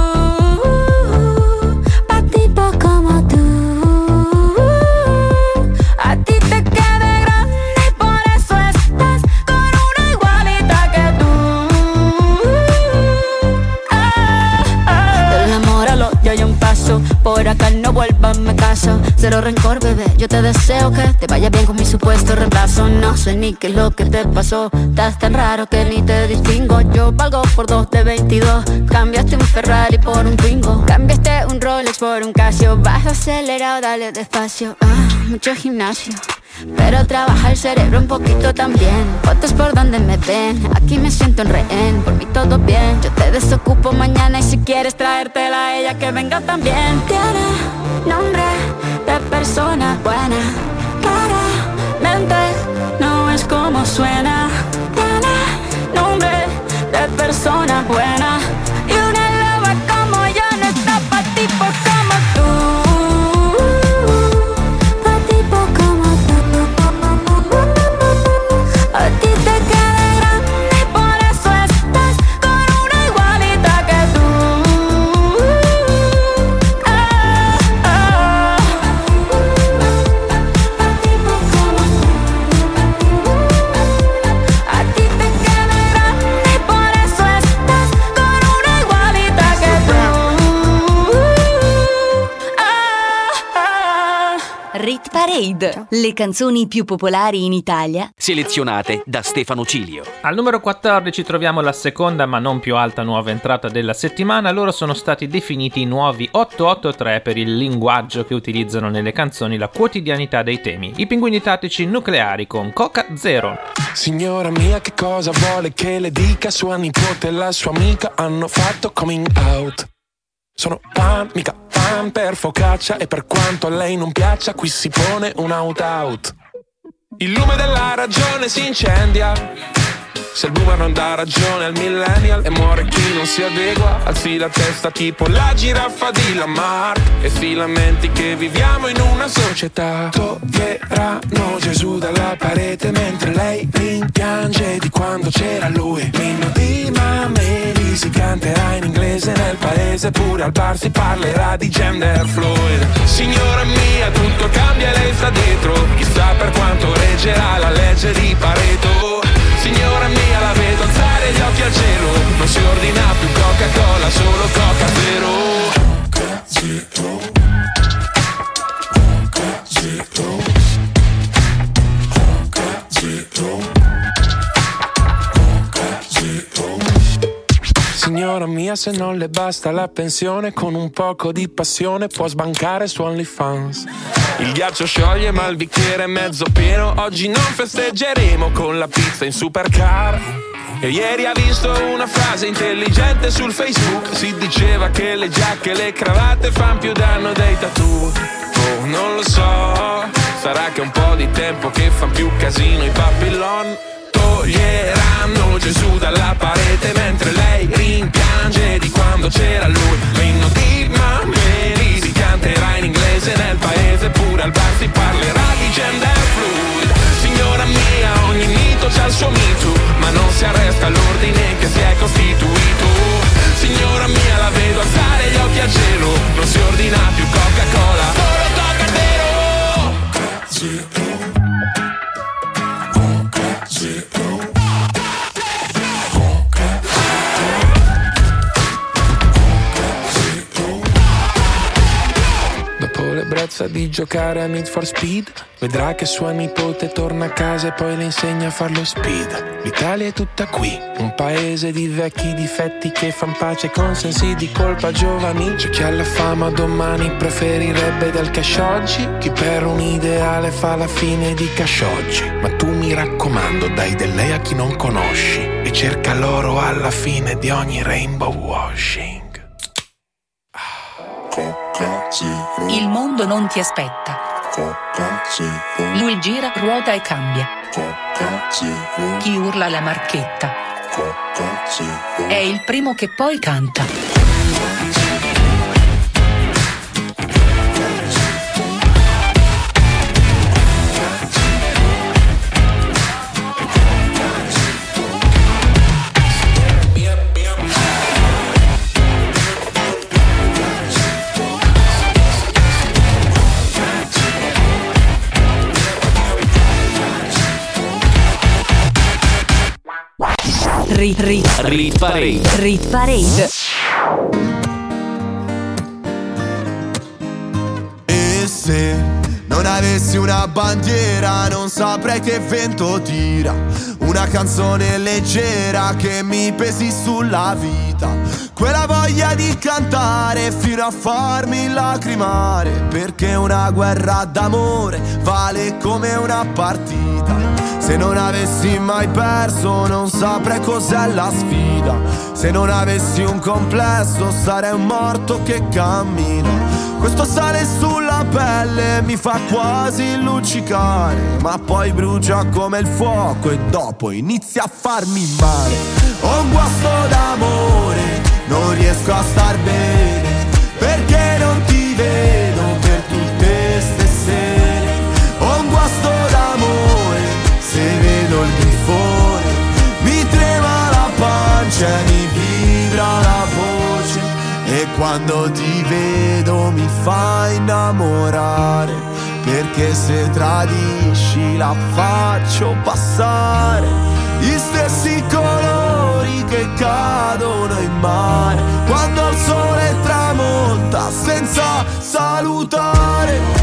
Pa' tipo como tú, a ti te queda grande y por eso estás con una igualita que tú. Yo hay un paso, por acá no vuelvas, me caso. Cero rencor, bebé, yo te deseo que te vaya bien con mi supuesto reemplazo. No sé ni qué es lo que te pasó, estás tan raro que ni te distingo. Yo valgo por 2 de 22, cambiaste un Ferrari por un Twingo. Cambiaste un Rolex por un Casio, vas acelerado, dale despacio. Mucho gimnasio, pero trabaja el cerebro un poquito también. Fotos por donde me ven, aquí me siento en rehén. Por mí todo bien, yo te desocupo mañana. Y si quieres traértela a ella, que venga también. Tiene nombre de persona buena, claramente no es como suena. Tiene nombre de persona buena, y una loba como yo no está pa' tipos como tú. A ti te queda grande y por eso estás con una igualita que tú. A ti te queda grande y por eso estás con una igualita que tú. Rit Parade, le canzoni più popolari in Italia, selezionate da Stefano Cilio. Al numero 14 troviamo la seconda ma non più alta nuova entrata della settimana. Loro sono stati definiti i nuovi 883 per il linguaggio che utilizzano nelle canzoni, la quotidianità dei temi. I Pinguini Tattici Nucleari con Coca Zero. Signora mia, che cosa vuole che le dica? Sua nipote e la sua amica hanno fatto coming out. Sono pan, mica pan per focaccia, e per quanto a lei non piaccia, qui si pone un out. Il lume della ragione si incendia, Se il boomer non dà ragione al millennial e muore chi non si adegua, alzi la testa tipo la giraffa di Lamarck e si lamenti che viviamo in una società. Toglieranno Gesù dalla parete mentre lei rimpiange di quando c'era lui. L'inno di Mameli si canterà in inglese nel paese, pure al bar si parlerà di gender fluid. Signora mia, tutto cambia e lei sta dietro, chissà per quanto reggerà la legge di Pareto. Signora mia, la vedo alzare gli occhi al cielo, non si ordina più Coca-Cola, solo Coca Zero. Signora mia, se non le basta la pensione, con un poco di passione può sbancare su OnlyFans. Il ghiaccio scioglie ma il bicchiere è mezzo pieno, oggi non festeggeremo con la pizza in supercar. E ieri ha visto una frase intelligente sul Facebook, si diceva che le giacche e le cravatte fan più danno dei tattoo. Oh, non lo so, sarà che un po' di tempo che fan più casino i Babylon. Toglieranno Gesù dalla parete mentre lei rimpiange di quando c'era lui. L'inno di Mameli si canterà in inglese nel paese, pure al bar si parlerà di gender fluid. Signora mia, ogni mito c'ha il suo mito, ma non si arresta all'ordine che si è costituito. Signora mia, la vedo alzare gli occhi al cielo, non si ordina più Coca-Cola, solo Coca Zero. Dopo l'ebbrezza di giocare a Need for Speed, vedrà che sua nipote torna a casa e poi le insegna a farlo speed. L'Italia è tutta qui, un paese di vecchi difetti che fan pace con sensi di colpa giovani. C'è chi alla fama domani preferirebbe del cash oggi, chi per un ideale fa la fine di cash oggi. Ma tu mi raccomando, dai del lei a chi non conosci e cerca l'oro alla fine di ogni rainbow washing. Il mondo non ti aspetta. Lui gira, ruota e cambia. Chi urla la marchetta è il primo che poi canta. Rit Parade. Rit Parade. E se non avessi una bandiera non saprei che vento tira, una canzone leggera che mi pesi sulla vita, quella voglia di cantare fino a farmi lacrimare, perché una guerra d'amore vale come una partita. Se non avessi mai perso non saprei cos'è la sfida, se non avessi un complesso sarei un morto che cammina. Questo sale sulla pelle mi fa quasi luccicare, ma poi brucia come il fuoco e dopo inizia a farmi male. Ho un guasto d'amore, non riesco a star bene, perché non ti vedo per tutte ste sere. Ho un guasto d'amore, se vedo il grifone mi trema la pancia e mi vibra la voce, e quando ti vedo mi fa innamorare, perché se tradisci la faccio passare. Gli stessi colori che cadono in mare quando il sole tramonta senza salutare.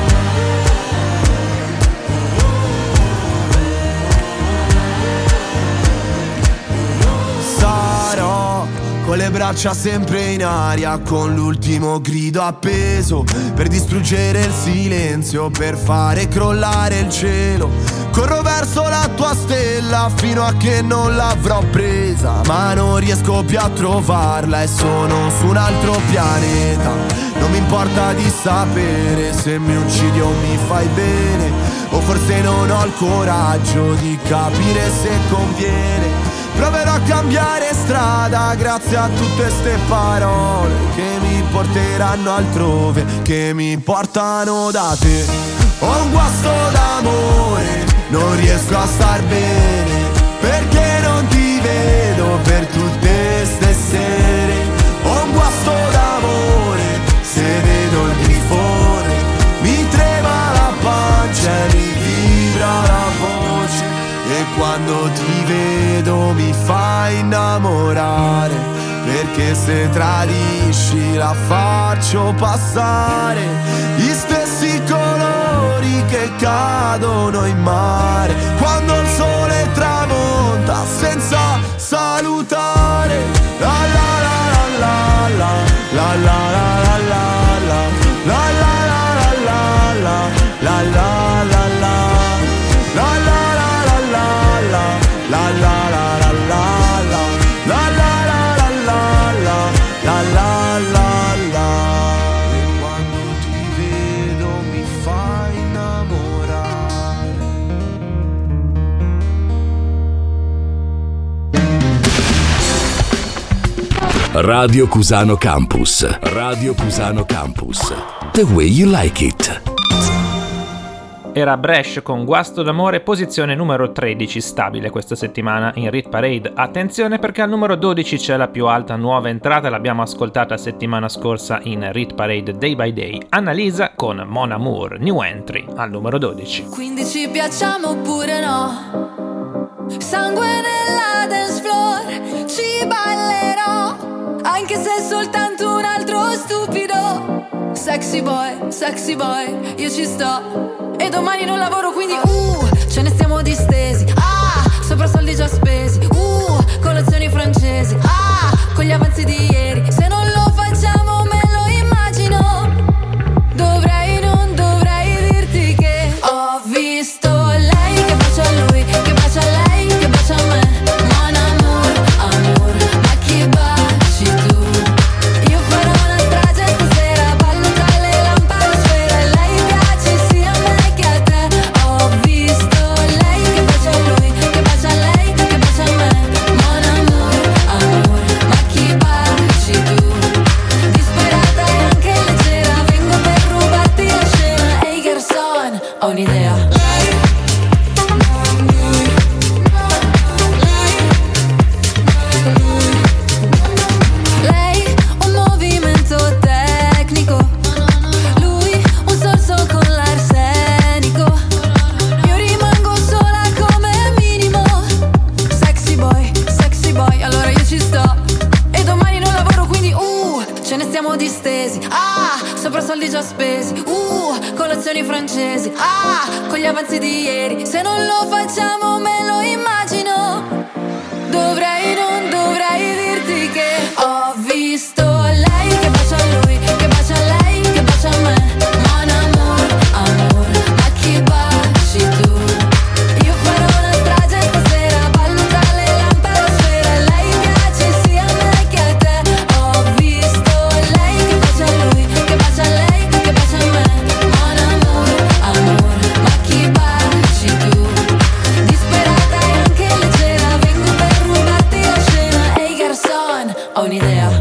Con le braccia sempre in aria, con l'ultimo grido appeso, per distruggere il silenzio, per fare crollare il cielo. Corro verso la tua stella fino a che non l'avrò presa, ma non riesco più a trovarla e sono su un altro pianeta. Non mi importa di sapere se mi uccidi o mi fai bene, o forse non ho il coraggio di capire se conviene. Proverò a cambiare strada grazie a tutte ste parole che mi porteranno altrove, che mi portano da te. Ho un guasto d'amore, non riesco a star bene, perché non ti vedo per tutte ste sere. Ho un guasto d'amore, se vedo il grifone mi trema la pancia e mi vibra la voce. E quando ti vedo mi fai innamorare, perché se tradisci la faccio passare. Gli stessi colori che cadono in mare quando il sole tramonta senza salutare. La la la la la la la la la la la la la la la la la la la Radio Cusano Campus. Radio Cusano Campus. The way you like it. Era Bresh con Guasto d'amore, posizione numero 13, stabile questa settimana in Rit Parade. Attenzione perché al numero 12 c'è la più alta nuova entrata, l'abbiamo ascoltata settimana scorsa in Rit Parade Day by Day. Annalisa con Mon Amour, new entry al numero 12. Quindi ci piacciamo oppure no? Sangue nella dance floor, ci ballerò, anche se è soltanto un altro stupido. Sexy boy, io ci sto. E domani non lavoro quindi ce ne stiamo distesi. Sopra soldi già spesi. Colazioni francesi. Con gli avanzi di ieri. Se non lo facciamo me lo immagino. Non dovrei dirti che ho visto lei che bacia a lui, che bacia a lei, che bacia a me. Mon amour, amour, ma chi baci tu? Io farò una strage stasera, ballo tra le lampadosfere. Lei piace sia a me che a te. Ho visto lei che bacia a lui, che bacia a lei, che bacia a me. Mon amour, amour, ma chi baci tu? Disperata e anche leggera, vengo per rubarti la scena. Ehi garçon, ho un'idea. Lei un movimento tecnico, lui un sorso con l'arsenico. Io rimango sola come minimo. Sexy boy, allora io ci sto. E domani non lavoro quindi ce ne stiamo distesi. Sopra soldi già spesi. Colazioni francesi. Con gli avanzi di ieri. Se non lo facciamo me lo immagino. Non dovrei dirti che ho visto lei che bacia a lui, che bacia a lei, che bacia a me. Mon amour, amour, ma chi baci tu? Io farò una strage stasera, ballo tra le lampadosfere. Lei piace sia a me che a te. Ho visto lei che bacia a lui, che bacia a lei, che bacia a me. Mon amour, amour, ma chi baci tu? Disperata e anche leggera, vengo per rubarti la scena. Ehi garçon, ho un'idea.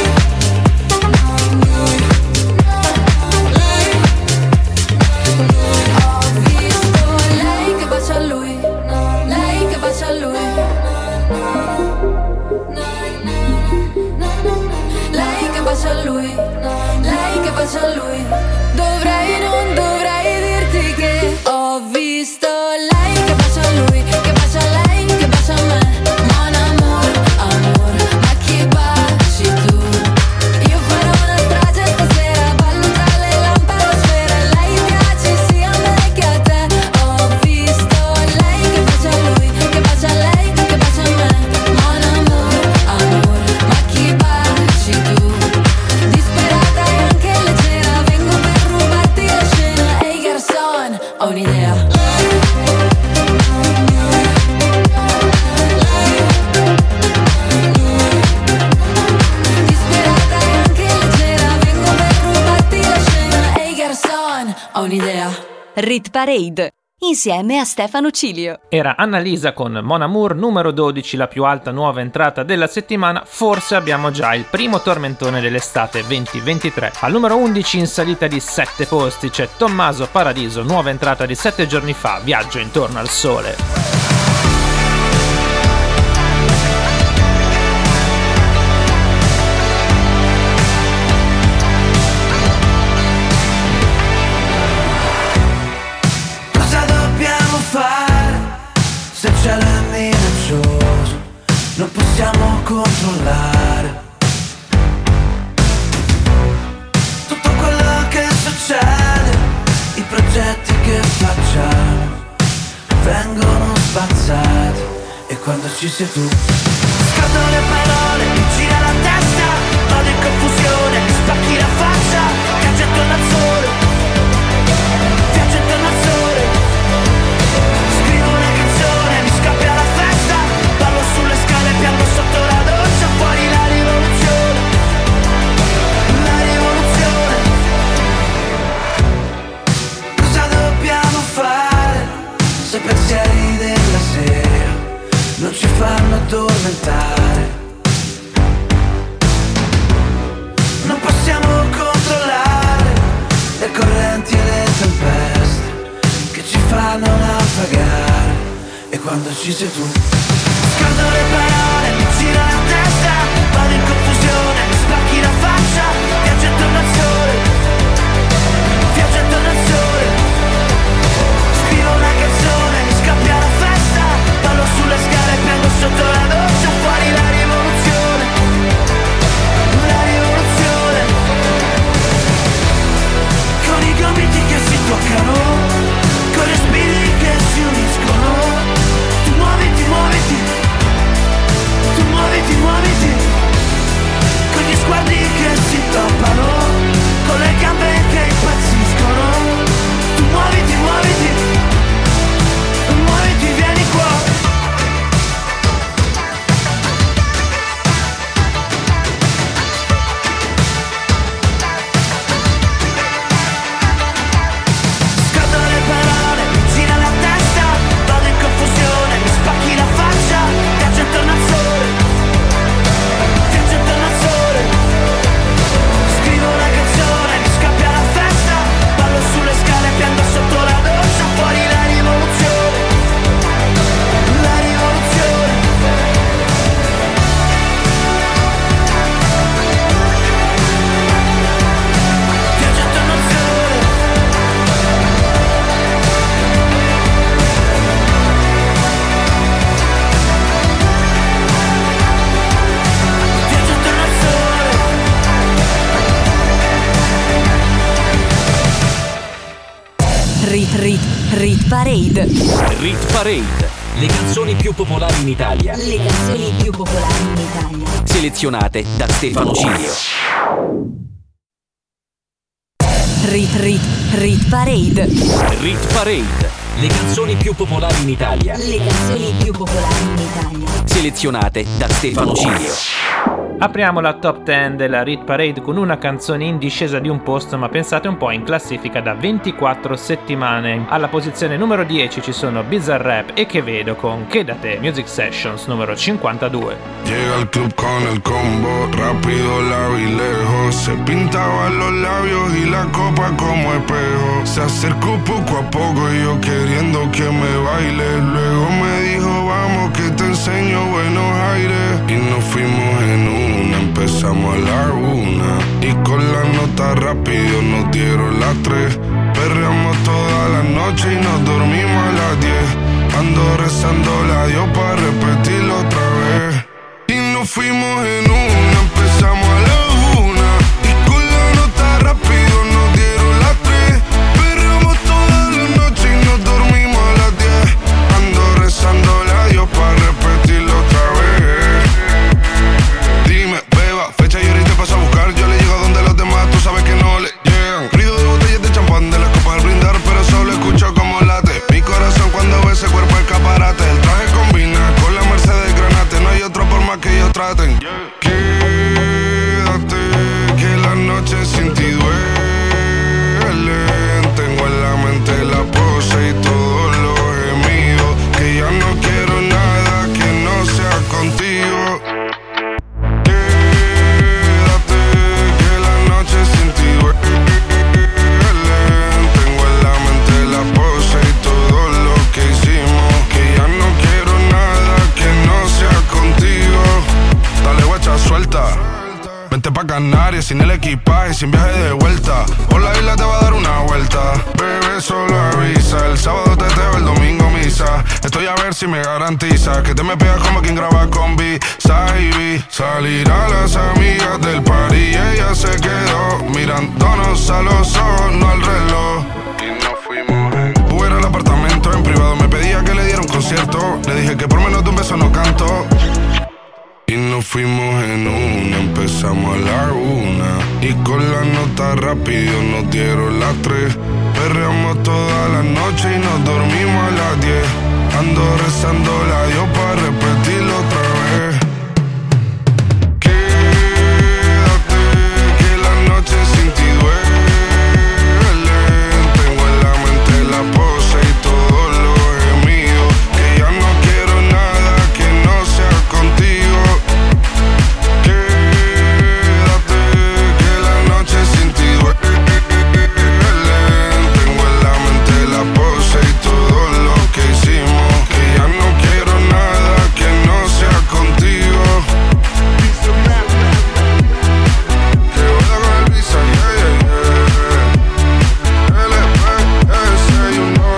Ho visto lei che bacia a lui, lei che bacia a lui. Lei che bacia a lui, lei che bacia a lui. Non dovrei dirti che ho visto lei che bacia a lui, che bacia a lei, che bacia a me. Mon amour, amour, ma chi baci tu? Io farò una strage stasera, ballo tra le lampadosfere. Lei piace sia a me che a te. Ho visto lei che bacia a lui, che bacia a lei, che bacia a me. Mon amour, amour, ma chi baci tu? Disperata e anche leggera, vengo per rubarti la scena. Ehi garçon, ho un'idea. Disperata e anche leggera, vengo per rubarti la scena. Ehi garçon, ho un'idea. Rit Parade, insieme a Stefano Cilio. Era Annalisa con Mon Amour, numero 12, la più alta nuova entrata della settimana. Forse abbiamo già il primo tormentone dell'estate 2023. Al numero 11, in salita di 7 posti, c'è Tommaso Paradiso, nuova entrata di 7 giorni fa, Viaggio intorno al sole. Se il cielo è minaccioso, non possiamo controllare tutto quello che succede, i progetti che facciamo vengono spazzati. E quando ci sei tu, scordo le parole, mi gira la testa, vado in confusione, mi spacchi la faccia, viaggio intorno al sole, viaggio intorno al sole. Scrivo una canzone, mi scappia la festa, ballo sulle scale, piango sotto la doccia, fuori la rivoluzione, la rivoluzione. Cosa dobbiamo fare se i pensieri della sera non ci fanno addormentare? Non possiamo controllare le correnti e le tempeste che ci fanno naufragare. E quando ci sei tu, scordo le parole, mi gira la testa, vado in confusione, mi spacchi la faccia, viaggio intorno al sole, viaggio intorno al sole. Scrivo una canzone, mi scappia la festa, ballo sulle scale, piango sotto la doccia, fuori la rivoluzione, la rivoluzione. Con i gomiti che si toccano, con le spine che si uniscono. Tu muoviti, muoviti, tu muoviti, muoviti, con gli sguardi che si toppano, con le gambe che impazziscono. Tu muoviti, muoviti, muoviti, vieni qua. Rit Parade. Rit Parade. Le canzoni più popolari in Italia. Le canzoni più popolari in Italia. Selezionate da Stefano Cilio. Rit Parade. Rit Parade. Le canzoni più popolari in Italia. Le canzoni più popolari in Italia. Selezionate da Stefano Cilio. Apriamo la top 10 della Rit Parade con una canzone in discesa di un posto, ma pensate un po', in classifica da 24 settimane. Alla posizione numero 10 ci sono Bizarrap e Che Vedo con Che da te, Music Sessions numero 52. Llega al club con el combo, rápido, largo y lejos. Se pintaba los labios y la copa como espejo. Se acercó poco a poco y yo queriendo que me baile. Luego me dijo vamos que te enseño buenos aires. Y nos fuimos en una, empezamos a la 1. Y con la nota rápido nos dieron las 3. Perreamos toda la noche y nos dormimos a las 10. Ando rezando a Dios para repetirlo otra vez. Y nos fuimos en una, empezamos a la 1. Y con la nota rápido nos dieron las 3. Perreamos toda la noche y nos dormimos a las 10. Ando rezando a Dios para repetirlo otra vez. Dime, beba, fecha y ahorita paso a buscar. Yo le llego donde los demás, tú sabes que no le llegan. Ruido de botellas de champán de las copas al brindar, pero solo escucho como late mi corazón cuando ve ese cuerpo escaparate. El traje combina con la Mercedes Granate. No hay otro por más que ellos traten. Quédate, que la noche sin ti duele. Tengo en la mente la pose y todo Canarias, sin el equipaje, sin viaje de vuelta. Por la isla te va a dar una vuelta. Bebé, solo avisa. El sábado teteo, el domingo misa. Estoy a ver si me garantiza que te me pegas como quien graba con B-Side. Salir a las amigas del party y ella se quedó mirándonos a los ojos, no al reloj. Y nos fuimos en Uber al apartamento en privado. Me pedía que le diera un concierto. Le dije que por menos de un beso no canto. Y nos fuimos en una, empezamos a la 1. Y con la nota rápido nos dieron las 3. Perreamos toda la noche y nos dormimos a las 10. Ando rezando a Dios para repetirlo otra vez. Quédate, que la noche sin ti duele. Tengo en la mente la pose y todos los gemidos. Que ya no quiero nada que no sea contigo. Quédate, que la noche sin ti duele. Tengo en la mente la pose y todo lo que hicimos. Que ya no quiero nada que no sea contigo. Que vuelva con el visa, yeah, yeah, yeah. LPS, you know.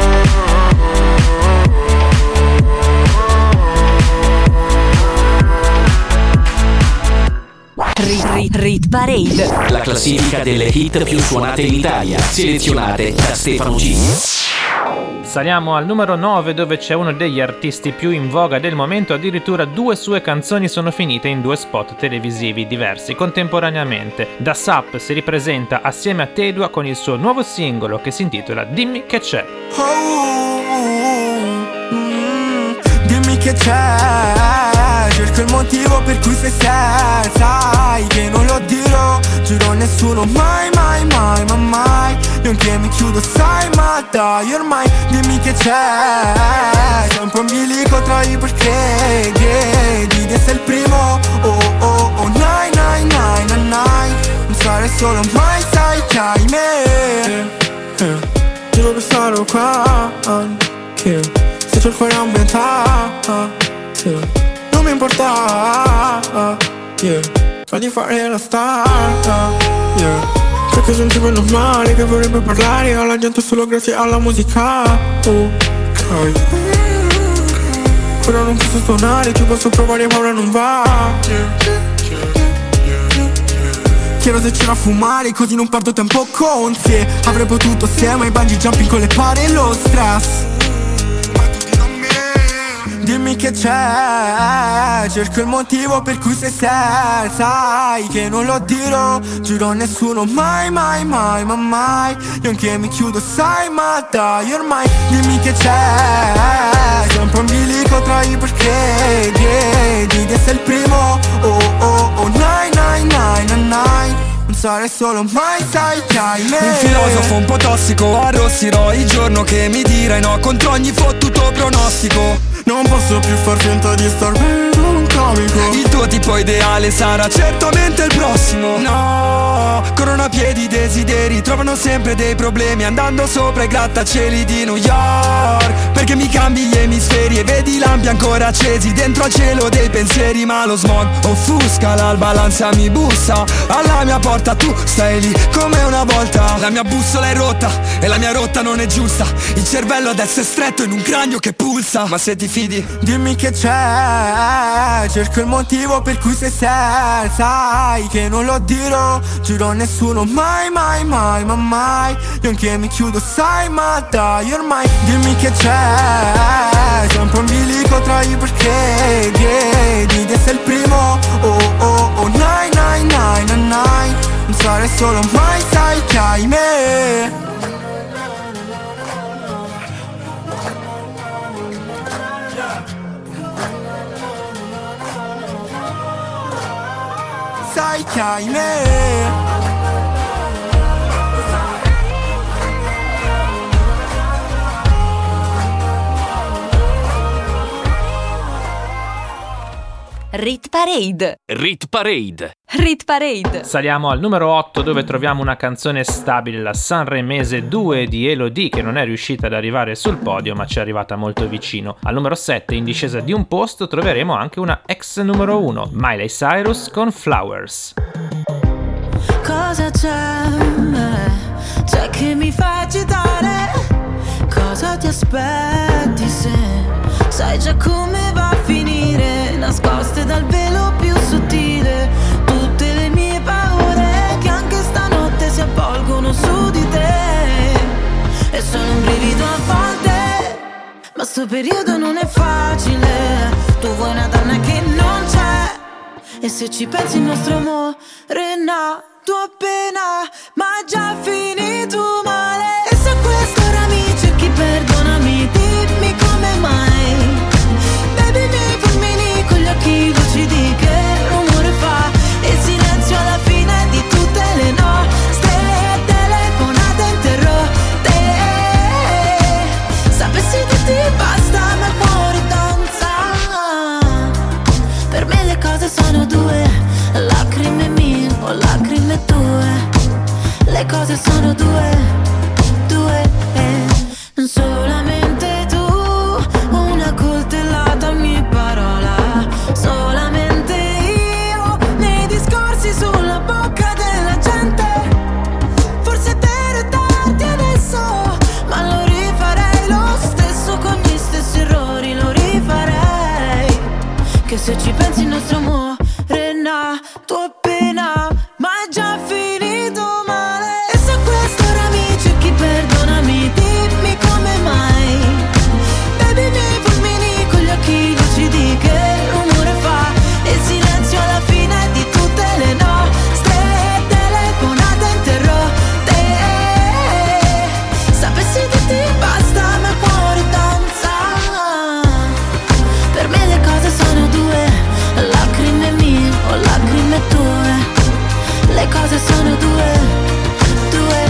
Rit Parade. La classifica delle hit più suonate in Italia, selezionate da Stefano Cilio. Saliamo al numero 9 dove c'è uno degli artisti più in voga del momento, addirittura 2 sue canzoni sono finite in 2 spot televisivi diversi contemporaneamente. Da Sap si ripresenta assieme a Tedua con il suo nuovo singolo che si intitola Dimmi che c'è. Dimmi che c'è, cerco il motivo per cui sei sai che non lo dirò, giuro a nessuno mai, mai, mai, ma mai. Io anche mi chiudo, sai, ma dai ormai. Dimmi che c'è, sempre un bilico tra i perché di te sei il primo, oh, nai, nai, nai, nai, nai. Non sarei solo mai, sai che hai me. Giuro per stare qua, che se c'ho il cuore ambientato, non mi importa, yeah. Fagli fare la star, yeah. Perché sono un tipo normale che vorrebbe parlare alla gente solo grazie alla musica, ok. Però non posso suonare, ci posso provare ma ora non va, chiedo se c'era a fumare così non perdo tempo con te. Avrei potuto assieme ai bungee jumping con le pare e lo stress. Dimmi che c'è, cerco il motivo per cui sei sai che non lo dirò, giuro a nessuno mai, mai, mai, ma mai. Io anche mi chiudo, sai, ma dai ormai. Dimmi che c'è, sempre un bilico tra i perché di te sei il primo, oh, nai, nai, nai, nai, nai. Non sarei solo mai, sai che hai me. Un filosofo un po' tossico, arrossirò il giorno che mi dirai no contro ogni fottuto pronostico. Non posso più far finta di star bene con un comico. Il tuo tipo ideale sarà certamente il prossimo. No, corrono a piedi desideri, trovano sempre dei problemi andando sopra i grattacieli di New York. Perché mi cambi gli emisferi e vedi lampi ancora accesi dentro al cielo dei pensieri. Ma lo smog offusca l'alba, l'ansia mi bussa alla mia porta, tu stai lì come una volta. La mia bussola è rotta e la mia rotta non è giusta. Il cervello adesso è stretto in un cranio che pulsa. Ma se ti fidi, dimmi che c'è, cerco il motivo per cui sei sai che non lo dirò, giuro a nessuno mai, mai, mai, ma mai. Io anche mi chiudo, sai, ma dai ormai. Dimmi che c'è, sempre un bilico tra i perché di te sei il primo, oh, nai, nai, nai, nai, nai. Non sarei solo mai, sai che hai me. Sai che hai me. Rit Parade. Rit Parade. Rit Parade. Saliamo al numero 8 dove troviamo una canzone stabile, la Sanremese 2 di Elodie, che non è riuscita ad arrivare sul podio ma ci è arrivata molto vicino. Al numero 7, in discesa di un posto, troveremo anche una ex numero 1, Miley Cyrus con Flowers. cosa c'è? C'è che mi fa agitare. Cosa ti aspetti se sai già come va a finire? Nascoste dal velo più sottile tutte le mie paure che anche stanotte si avvolgono su di te. E sono un brivido a volte, ma sto periodo non è facile. Tu vuoi una donna che non c'è, e se ci pensi il nostro amore è nato appena, ma è già finito male. E se a quest'ora mi cerchi, perdonami, dimmi come mai. Baby, mi fulmini con gli occhi lucidi, che rumore fa il silenzio alla fine di tutte le nostre telefonate interrotte. Sapessi che ti basta, ma il cuore danza. Per me le cose sono due, lacrime mie o lacrime tue. Le cose sono due, due, non solamente tu. Una coltellata ogni parola, solamente io nei discorsi sulla bocca della gente. Forse è vero tardi adesso, ma lo rifarei lo stesso con gli stessi errori, lo rifarei. Che se ci pensi il nostro amore è nato appena, ma è già finito male. E se a quest'ora mi cerchi, perdonami, dimmi come mai. Baby, mi fulmini con gli occhi lucidi, che rumore fa il silenzio alla fine di tutte le nostre telefonate interrotte. Sapessi che ti basta, ma il cuore danza. Per me le cose sono due, lacrime mie o lacrime tue. Le cose sono due, due,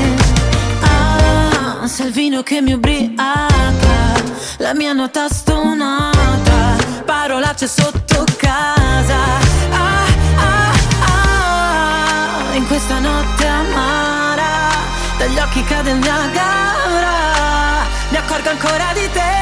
ah, se il vino che mi ubriaca, la mia nota stonata, parolacce sotto casa. Ah, ah, ah, in questa notte amara, dagli occhi cade il Niagara, mi accorgo ancora di te.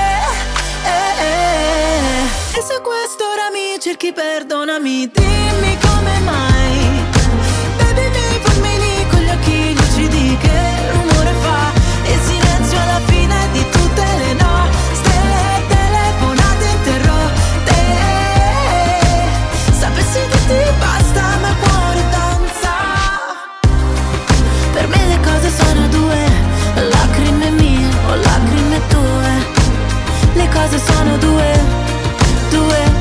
E se a quest'ora mi cerchi, perdonami, dimmi come mai. Baby, mi fulmini con gli occhi lucidi, che rumore fa il silenzio alla fine di tutte le nostre telefonate interrotte. Sapessi che ti basta, ma il cuore danza. Per me le cose sono due, lacrime mie o lacrime tue. Le cose sono due, due,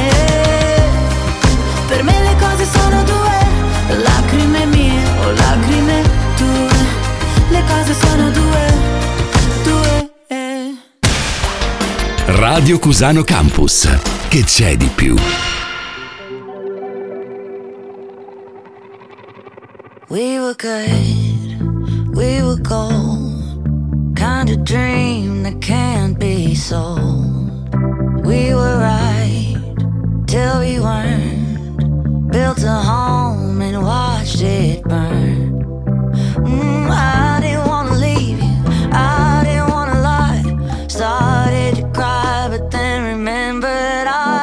per me le cose sono due, lacrime mie o lacrime tue. Le cose sono due, due. Radio Cusano Campus. Che c'è di più? We were good, we were gold, kind of dream that can't be sold. We were right till we weren't, built a home and watched it burn. I didn't wanna leave you, I didn't wanna lie. Started to cry but then remembered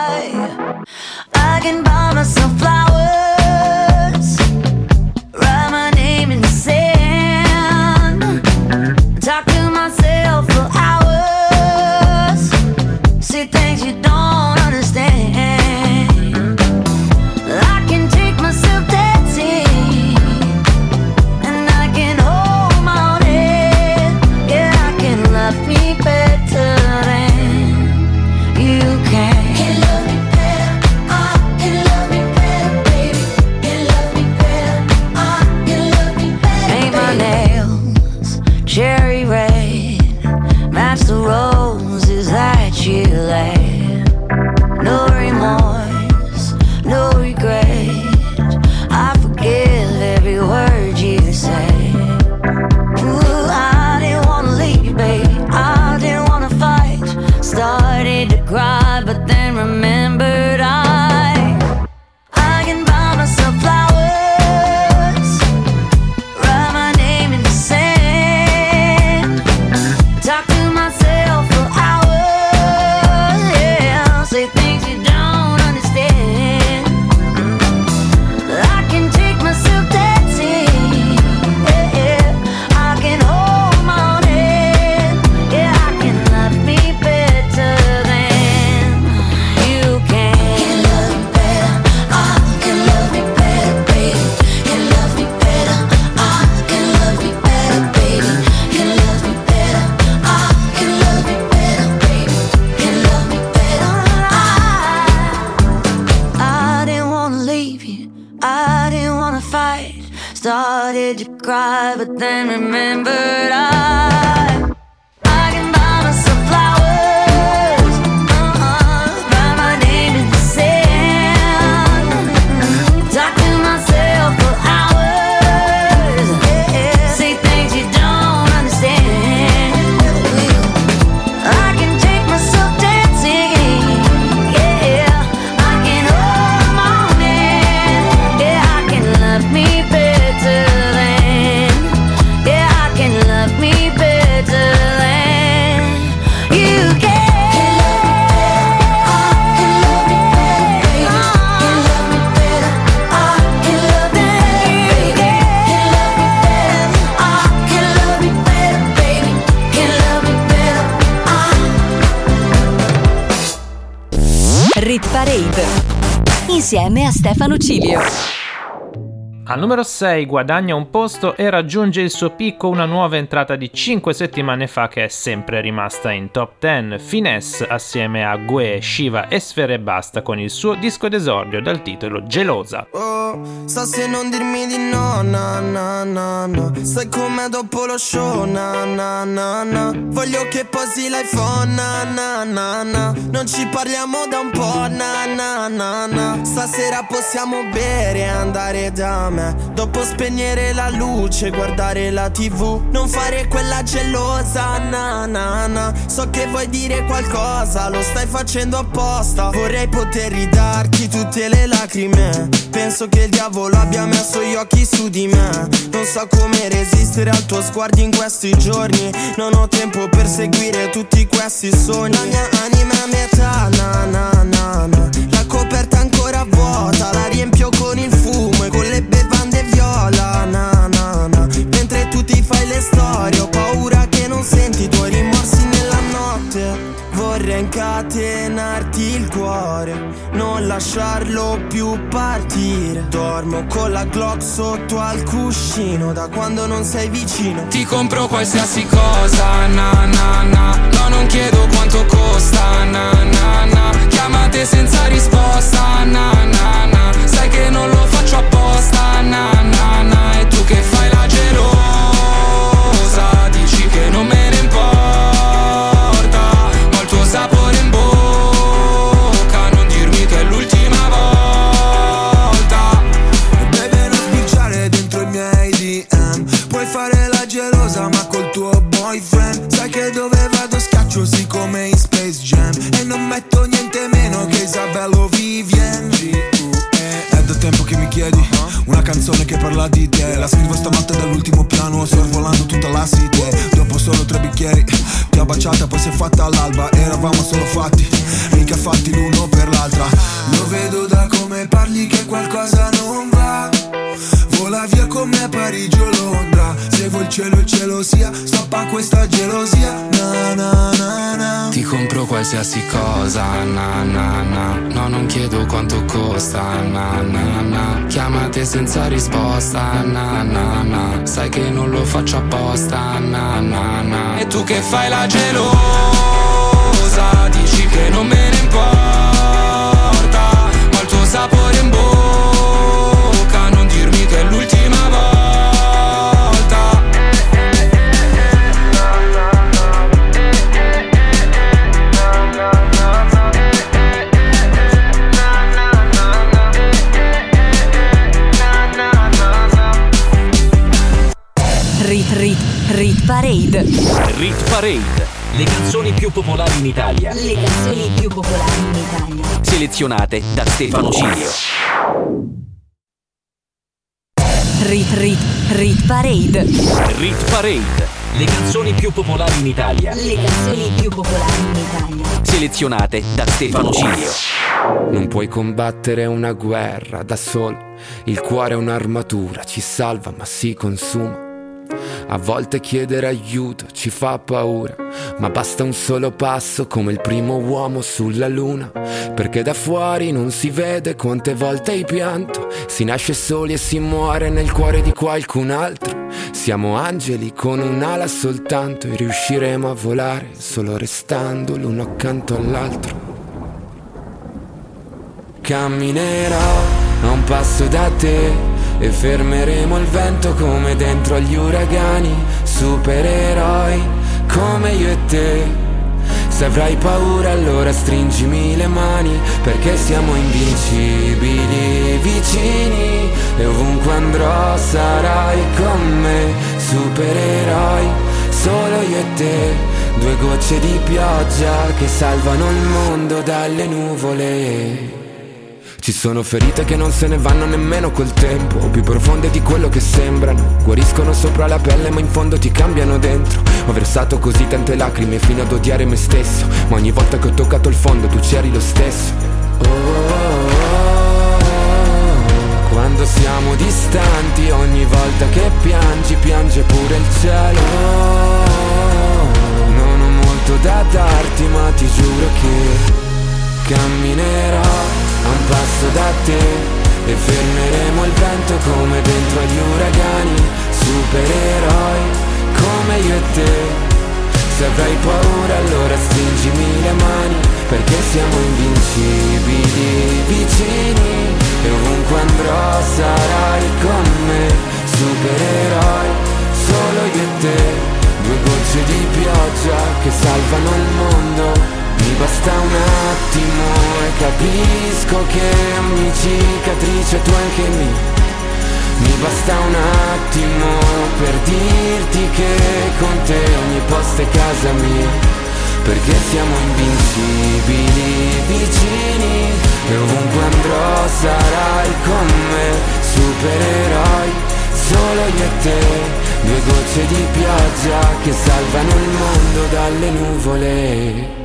I can buy myself flowers, write my name in the sand, talk to myself for hours, see things you don't understand. I can take myself dancing I didn't wanna fight. Started to cry, but then remembered I can buy myself flowers, write my name in the sand, talk to myself for hours, say things you don't understand. I can take myself dancing, yeah, I can hold my own hand, yeah, I can love me better than, yeah, I can love me better than you can. Rit Parade insieme a Stefano Cilio. Al numero 6 guadagna un posto e raggiunge il suo picco una nuova entrata di 5 settimane fa che è sempre rimasta in top 10, Finesse assieme a Gue, Shiva e Sfera Ebbasta con il suo disco d'esordio dal titolo Gelosa. Oh, sta se non dirmi di no, na na na na. Sai com'è dopo lo show, na na na na. Voglio che posi l'iPhone, na na na na. Non ci parliamo da un po', na na na na. Stasera possiamo bere e andare da me. Dopo spegnere la luce, guardare la TV, non fare quella gelosa, na na na. So che vuoi dire qualcosa, lo stai facendo apposta. Vorrei poter ridarti tutte le lacrime. Penso che il diavolo abbia messo gli occhi su di me. Non so come resistere al tuo sguardo in questi giorni. Non ho tempo per seguire tutti questi sogni. La mia anima è a metà, na na na na. La coperta ancora vuota, la riempio con il fumo e con le bevande viola, na na na. Mentre tu ti fai le storie, ho paura che non senti i tuoi rimorsi nella notte. Vorrei incatenarti il cuore, non lasciarlo più partire. Dormo con la Glock sotto al cuscino da quando non sei vicino. Ti compro qualsiasi cosa, na na na. No, non chiedo quanto costa, na na na. Chiamate senza risposta, na na na. Sai che non lo faccio apposta, na na na. E tu che fai la gelosa, dici che non me ne importa, ma il tuo sapore in bocca, non dirmi che è l'ultima volta. Baby, non spicciare dentro i miei DM. Puoi fare la gelosa ma col tuo boyfriend. Sai che dove vado scaccio sì come in Space Jam. E non metto niente meno che Isabella Vivien. È da tempo che mi chiedi una canzone che parla di te. La scrivo stamattina dall'ultimo piano, sorvolando tutta la city. Dopo solo 3 bicchieri ti ho baciata, poi si è fatta all'alba. Eravamo solo fatti, mica fatti l'uno per l'altra. Lo vedo da come parli che qualcosa non va. Vola via con me a Parigi o Londra. Se vuoi il cielo sia, stoppa questa gelosia, na na na na. Ti compro qualsiasi cosa, na na na. No, non chiedo quanto costa, na na na. Chiamate senza risposta, na na na. Sai che non lo faccio apposta, na na na. E tu che fai la gelosa, dici che non me ne importa, ma il tuo sapore in bocca, non dirmi che è l'ultima volta. Rit Parade. Rit Parade. Le canzoni più popolari in Italia. Le canzoni più popolari in Italia. Selezionate da Stefano Cilio. Rit Parade. Rit Parade. Le canzoni più popolari in Italia. Le canzoni più popolari in Italia. Selezionate da Stefano Cilio. Non puoi combattere una guerra da solo. Il cuore è un'armatura, ci salva ma si consuma. A volte chiedere aiuto ci fa paura, ma basta un solo passo come il primo uomo sulla luna. Perché da fuori non si vede quante volte hai pianto. Si nasce soli e si muore nel cuore di qualcun altro. Siamo angeli con un'ala soltanto e riusciremo a volare solo restando l'uno accanto all'altro. Camminerò, non passo da te e fermeremo il vento come dentro agli uragani. Supereroi come io e te. Se avrai paura allora stringimi le mani, perché siamo invincibili, vicini, e ovunque andrò sarai con me. Supereroi, solo io e te, due gocce di pioggia che salvano il mondo dalle nuvole. Ci sono ferite che non se ne vanno nemmeno col tempo, più profonde di quello che sembrano. Guariscono sopra la pelle ma in fondo ti cambiano dentro. Ho versato così tante lacrime fino ad odiare me stesso, ma ogni volta che ho toccato il fondo tu c'eri lo stesso. Quando siamo distanti, ogni volta che piangi, piange pure il cielo. Non ho molto da darti ma ti giuro che camminerò a un passo da te e fermeremo il vento come dentro agli uragani. Supereroi come io e te. Se avrai paura allora stringimi le mani, perché siamo invincibili, vicini, e ovunque andrò sarai con me. Supereroi, solo io e te, due gocce di pioggia che salvano il mondo. Mi basta un attimo e capisco che ogni cicatrice tu anche mi basta un attimo per dirti che con te ogni posto è casa mia, perché siamo invincibili, vicini, e ovunque andrò sarai con me. Supereroi, solo io e te, due gocce di pioggia che salvano il mondo dalle nuvole.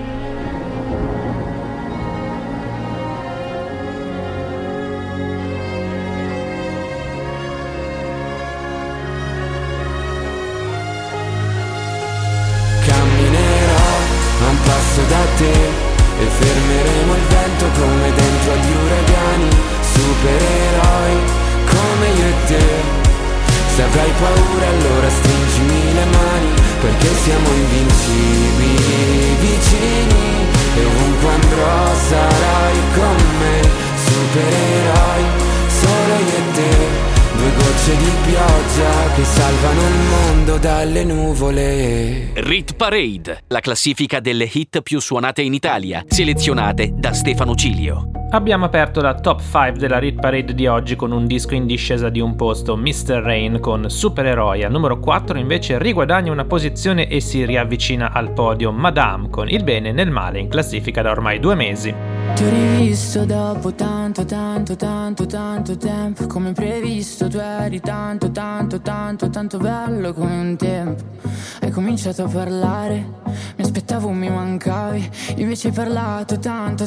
Da te e fermeremo il vento come dentro agli uragani. Supereroi come io e te. Se avrai paura allora stringimi le mani, perché siamo invincibili, vicini, e ovunque andrò sarai con me. Supereroi, solo io e te, due gocce di pioggia che salvano il mondo dalle nuvole. Rit Parade, la classifica delle hit più suonate in Italia, selezionate da Stefano Cilio. Abbiamo aperto la top 5 della Rit Parade di oggi con un disco in discesa di un posto, Mr. Rain con Supereroi. Al numero 4 invece riguadagna una posizione e si riavvicina al podio Madame con Il bene nel male, in classifica da ormai 2 mesi. Ti ho rivisto dopo tanto tempo, come previsto tu eri tanto bello come un tempo. Hai cominciato a parlare, mi aspettavo mi mancavi, invece hai parlato tanto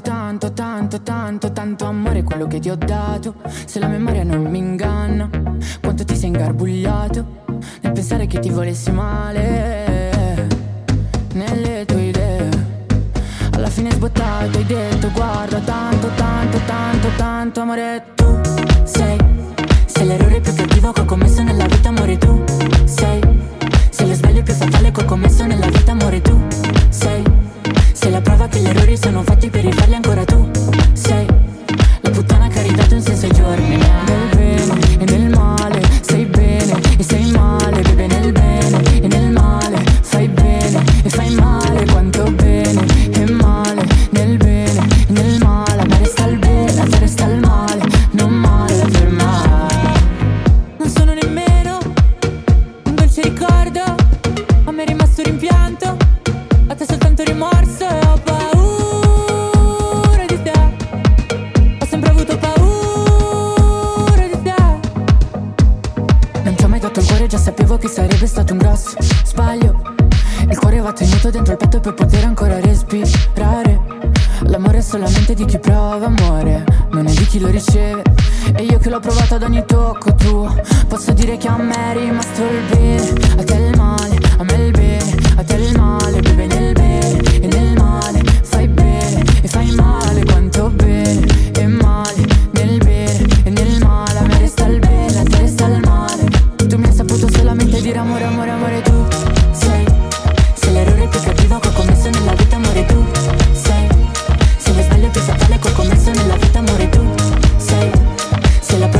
amore quello che ti ho dato. Se la memoria non mi inganna, quanto ti sei ingarbugliato nel pensare che ti volessi male nelle tue idee. Alla fine sbottato hai detto guarda tanto amore tu sei l'errore più cattivo che ho commesso nella vita amore tu sei lo sbaglio più fatale che ho commesso nella vita amore tu sei la prova che gli errori sono fatti per rifarli ancora tu sei la puttana che ha ridato un senso ai giorni. Nel bene e nel male sei bene e sei male, beve nel bene e nel male fai bene e fai male, quanto bene e male, nel bene e nel male, a me resta il bene, a te resta il male, non male per mai. Non sono nemmeno un dolce ricordo, a me è rimasto un rimpianto, a te soltanto rimorso e ho paura di te, ho sempre avuto paura di te. Non ti ho mai dato il cuore, già sapevo che sarebbe stato un grosso sbaglio. Il cuore va tenuto dentro il petto per poter ancora respirare. L'amore è solamente di chi prova amore, non è di chi lo riceve. E io che l'ho provato ad ogni tocco tuo, posso dire che a me è rimasto il bene, a te il male, a me il bene, a te il male, beve nel bene e nel male, fai bene e fai male, quanto bene e male, nel bene e nel male, a me resta il bene, a te resta il male. Tu mi hai saputo solamente dire amore, amore, amore, tu sei l'errore più cattivo che ho commesso nella vita amore tu sei lo sbaglio più fatale che ho commesso nella vita amore tu sei la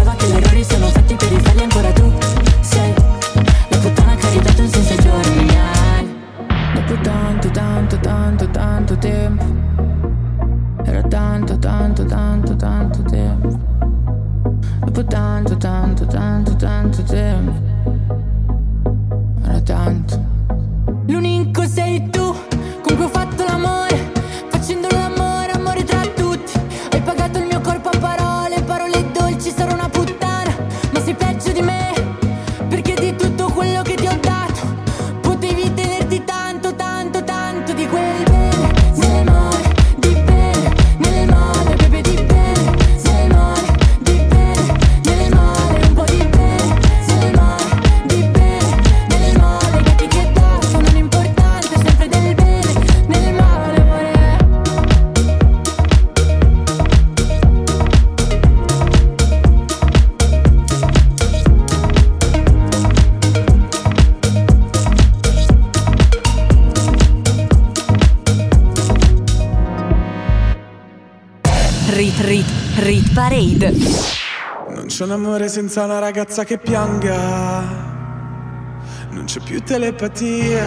tanto, tanto, tanto, tanto, tanto tempo. Era tanto. L'unico sei tu con cui ho fatto l'amore, facendo l'amore, amore tra tutti. Hai pagato il mio corpo a parole, parole dolci, sarò una puttana, ma sei peggio di me, perché di tutto quello che ti ho dato potevi tenerti tanto, tanto, tanto di quel bene, nel male, di bene, nel male, bebe di bene, nel male, di bene, nel male, un po' di bene, nel male, di bene, nel male, gatti che dato, non è importante, sempre del bene, nel male, amore. Rit Parade. Non c'è un amore senza una ragazza che pianga, non c'è più telepatia.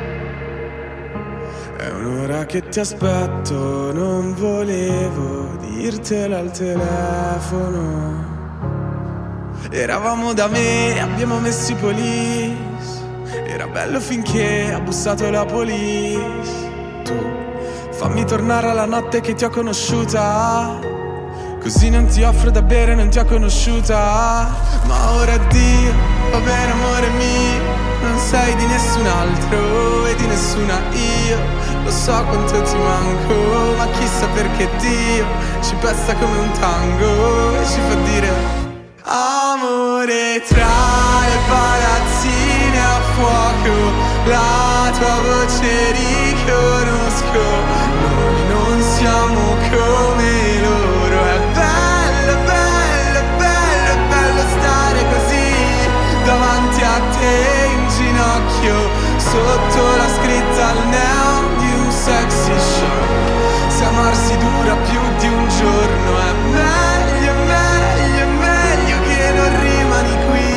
È un'ora che ti aspetto, non volevo dirtelo al telefono. Eravamo da me, abbiamo messo i police. Era bello finché ha bussato la police. Tu fammi tornare alla notte che ti ho conosciuta, così non ti offro da bere, non ti ho conosciuta. Ma ora addio, va bene amore mio, non sei di nessun altro e di nessuna io. Lo so quanto ti manco, ma chissà perché Dio ci pesta come un tango e ci fa dire amore tra le palazzine a fuoco. La tua voce riconosco, noi non siamo come loro. È bello, bello, bello, bello stare così davanti a te in ginocchio, sotto la scritta al neon di un sexy show. Se amarsi dura più di un giorno è meglio, meglio, meglio che non rimani qui.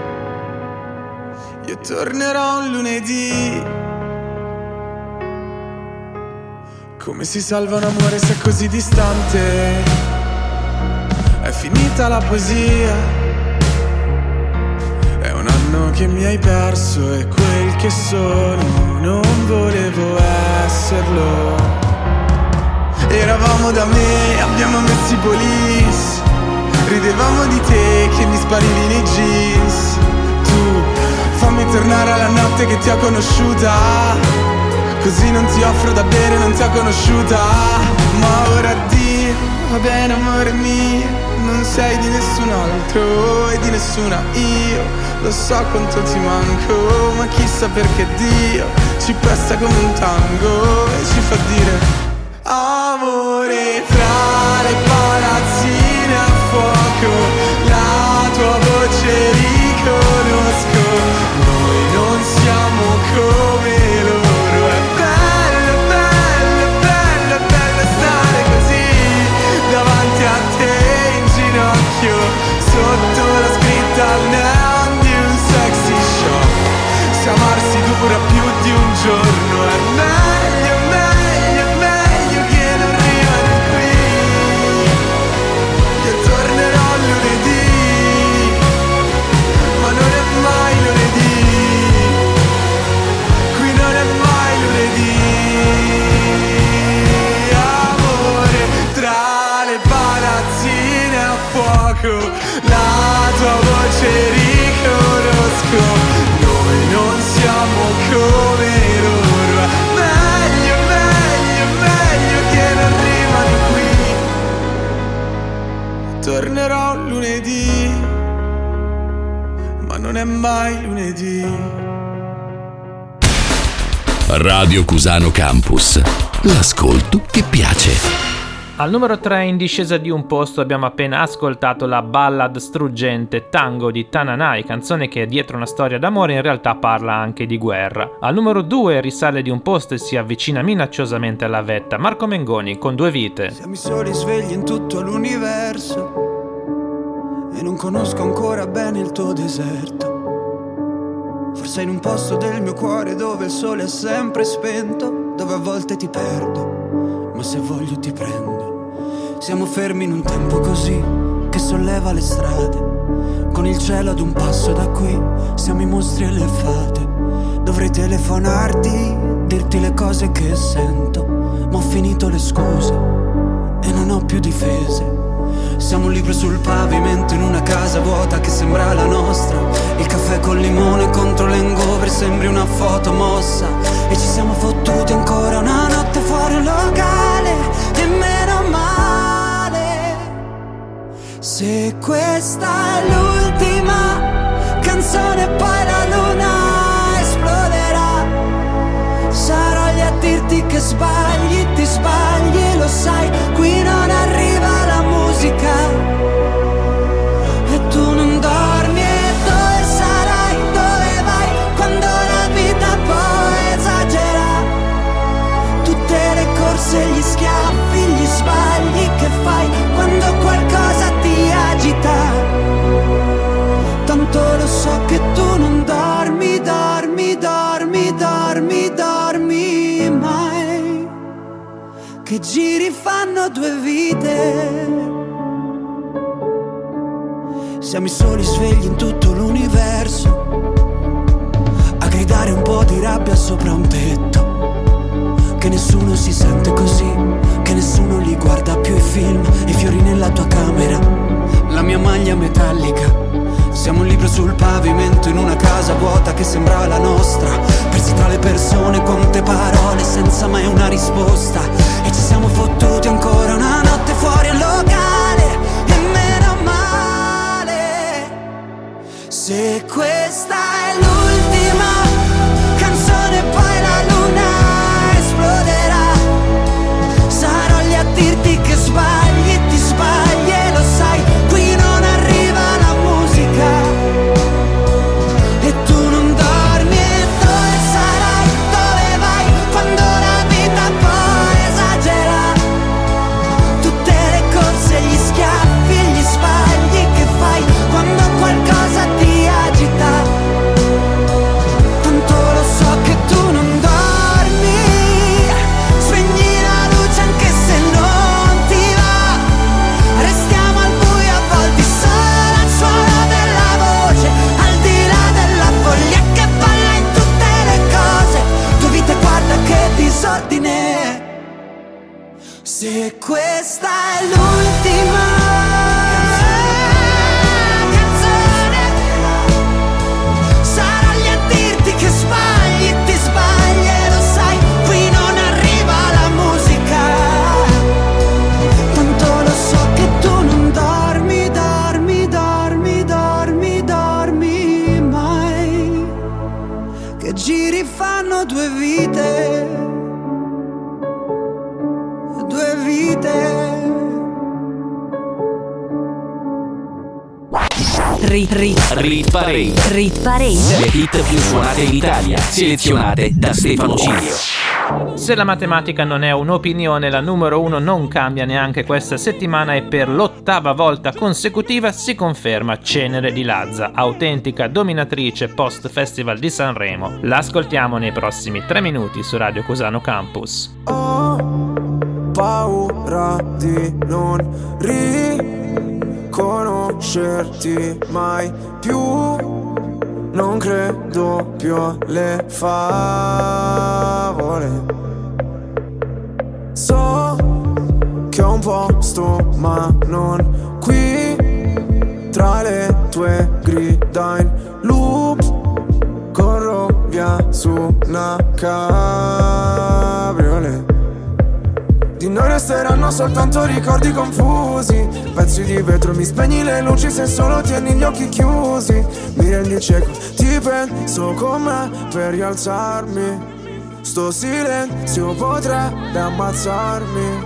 Io tornerò un lunedì. Come si salva un amore se è così distante? È finita la poesia. È un anno che mi hai perso e quel che sono non volevo esserlo. Eravamo da me, abbiamo messo i police. Ridevamo di te che mi sparivi nei jeans. Tu fammi tornare alla notte che ti ho conosciuta, così non ti offro da bere, non ti ho conosciuta. Ma ora addio, va bene amore mio, non sei di nessun altro e di nessuna io. Lo so quanto ti manco, ma chissà perché Dio ci pesta come un tango e ci fa dire amore tra le palazzine a fuoco. La tua voce riconosco, noi non siamo come loro. È bello, bello, bello, bello stare così davanti a te in ginocchio, sotto la scritta al neon di un sexy show. Se amarsi dura più di un giorno è meglio, meglio, meglio che non rimani qui. Io tornerò lunedì, ma non è mai lunedì. Qui non è mai lunedì. Amore tra le palazzine a fuoco, la tua voce riconosco, noi non siamo come loro. Meglio, meglio, meglio che non rimani qui. Tornerò lunedì, ma non è mai lunedì. Radio Cusano Campus. L'ascolto che piace. Al numero 3, in discesa di un posto, abbiamo appena ascoltato la ballad struggente Tango di Tananai, canzone che dietro una storia d'amore in realtà parla anche di guerra. Al numero 2 risale di un posto e si avvicina minacciosamente alla vetta, Marco Mengoni con Due vite. Siamo i soli svegli in tutto l'universo e non conosco ancora bene il tuo deserto. Forse in un posto del mio cuore dove il sole è sempre spento, dove a volte ti perdo, ma se voglio ti prendo. Siamo fermi in un tempo così che solleva le strade. Con il cielo ad un passo da qui, siamo i mostri e le fate. Dovrei telefonarti, dirti le cose che sento, ma ho finito le scuse e non ho più difese. Siamo un libro sul pavimento in una casa vuota che sembra la nostra. Il caffè col limone contro l'hangover sembri una foto mossa. E ci siamo fottuti ancora una notte fuori un locale, e meno male. Se questa è l'ultima canzone poi la luna esploderà. Sarò lì a dirti che sbagli, ti sbagli, lo sai, qui non arriva la musica e tu non dormi. E dove sarai, dove vai, quando la vita poi esagera? Tutte le corse, gli schiaffi, gli sbagli che fai quando qualcosa ti agita. Tanto lo so che tu non dormi, dormi, dormi, dormi, dormi mai. Che giri fanno due vite. Siamo i soli svegli in tutto l'universo, a gridare un po' di rabbia sopra un tetto. Che nessuno si sente così, che nessuno li guarda più i film. I fiori nella tua camera, la mia maglia metallica. Siamo un libro sul pavimento in una casa vuota che sembra la nostra. Persi tra le persone, quante parole senza mai una risposta. E ci siamo fottuti ancora una notte fuori al locale, e meno male. Se questa è l'ultima canzone poi la luna esploderà. Sarò lì a dirti che sbagli, ti sbagli e lo sai, qui non arriva la musica e tu non dormi. E dove sarai, dove vai, quando la vita poi esagera? Tutte le corse, gli schiaffi e gli sbagli che fai quando qualcosa ti agita. Tanto lo so che tu non dormi. Spegni la luce anche se non ti va. Restiamo al buio avvolti solo al suono della voce, al di là della foglia che balla in tutte le cose. Tua vita guarda che disordine. Se questa è l'ultima canzone, sarò lì a dirti che sbagli, ti sbagli e lo sai, qui non arriva la musica. Tanto lo so che tu non dormi, dormi, dormi, dormi, dormi mai. Che giri fanno due vite, due vite. Rit Parade. Rit Parade. Le hit più suonate in Italia, selezionate da Stefano Cilio. Se la matematica non è un'opinione, la numero 1 non cambia neanche questa settimana e per l'8ª volta consecutiva si conferma Cenere di Lazza, autentica dominatrice post Festival di Sanremo. L'ascoltiamo nei prossimi 3 minuti su Radio Cusano Campus. Ho paura di non riconoscerti mai più. Non credo più alle favole. So che ho un posto ma non qui, tra le tue grida in loop. Corro via su una cabriolet. Di noi resteranno soltanto ricordi confusi, pezzi di vetro, mi spegni le luci se solo tieni gli occhi chiusi. Mi rendi cieco, ti penso con me per rialzarmi. Sto silenzio potrebbe ammazzarmi.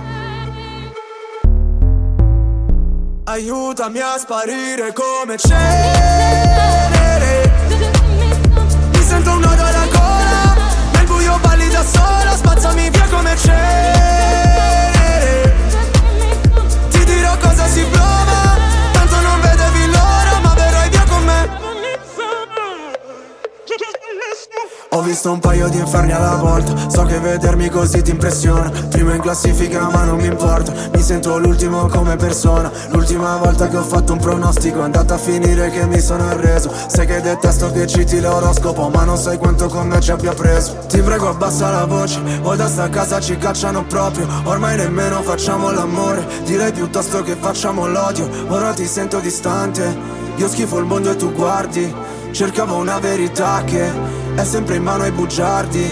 Aiutami a sparire come cenere. Mi sento un nodo alla gola, nel buio balli da sola, spazzami via come cenere. Ti dirò cosa si prova, tanto non vedevi l'ora, ma verrai via con me. Ho visto visto un paio di inferni alla volta. So che vedermi così ti impressiona. Primo in classifica ma non mi importa. Mi sento l'ultimo come persona. L'ultima volta che ho fatto un pronostico è andata a finire che mi sono arreso. Sai che detesto che citi l'oroscopo, ma non sai quanto con me ci abbia preso. Ti prego abbassa la voce, o da sta casa ci cacciano proprio. Ormai nemmeno facciamo l'amore, direi piuttosto che facciamo l'odio. Ora ti sento distante, io schifo il mondo e tu guardi. Cercavo una verità che è sempre in mano ai bugiardi.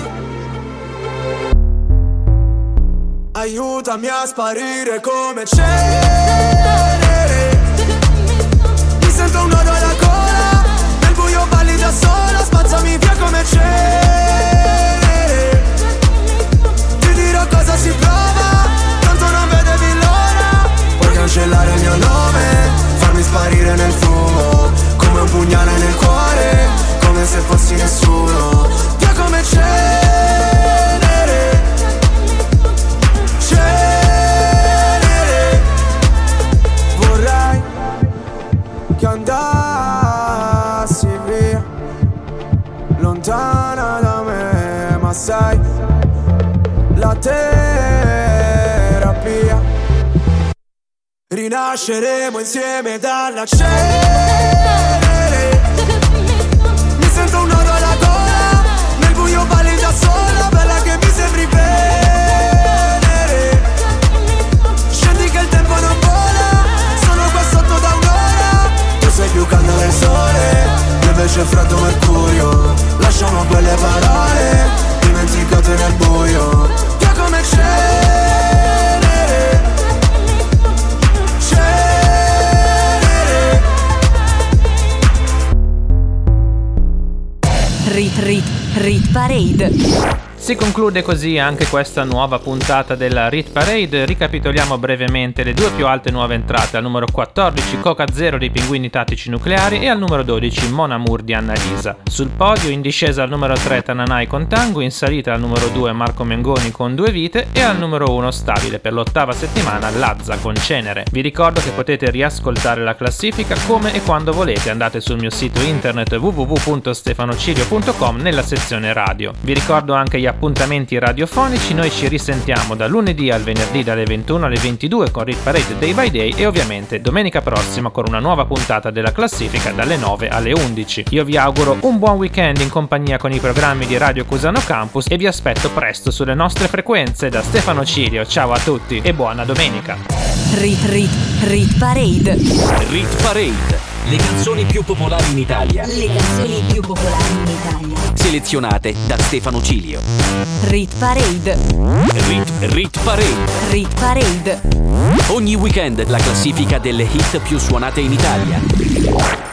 Aiutami a sparire come cenere. Mi sento un nodo alla gola, nel buio balli da sola, spazzami via come cenere. Ti dirò cosa si prova, tanto non vedevi l'ora. Puoi cancellare il mio nome, farmi sparire nel fumo, come un pugnale nel cuore, come se fossi nessuno. Via come cenere, cenere. Vorrei che andassi via, lontana da me, ma sai, la terapia. Rinasceremo insieme dalla cenere. Mi sento un nodo alla gola, nel buio balli da sola, bella che mi sembri venere. Scendi che il tempo non vola, sono qua sotto da un'ora. Tu sei più calda del sole, io invece freddo mercurio. Lasciamo quelle parole dimenticate nel buio. Via come cenere, cenere. Rit Parade. Si conclude così anche questa nuova puntata della Rit Parade. Ricapitoliamo brevemente le due più alte nuove entrate: al numero 14 Coca Zero dei Pinguini Tattici Nucleari e al numero 12 Mon Amour di Annalisa. Sul podio in discesa al numero 3 Tananai con Tango, in salita al numero 2 Marco Mengoni con Due Vite e al numero 1 stabile per l'8ª settimana Lazza con Cenere. Vi ricordo che potete riascoltare la classifica come e quando volete. Andate sul mio sito internet www.stefanocilio.com nella sezione radio. Vi ricordo anche gli appuntamenti radiofonici. Noi ci risentiamo da lunedì al venerdì dalle 21 alle 22 con Rit Parade Day by Day e ovviamente domenica prossima con una nuova puntata della classifica dalle 9 alle 11. Io vi auguro un buon weekend in compagnia con i programmi di Radio Cusano Campus e vi aspetto presto sulle nostre frequenze. Da Stefano Cilio, ciao a tutti e buona domenica. Rit Parade. Rit Parade. Le canzoni più popolari in Italia. Le canzoni più popolari in Italia. Selezionate da Stefano Cilio. Rit Parade. Rit Parade. Rit Parade. Ogni weekend la classifica delle hit più suonate in Italia.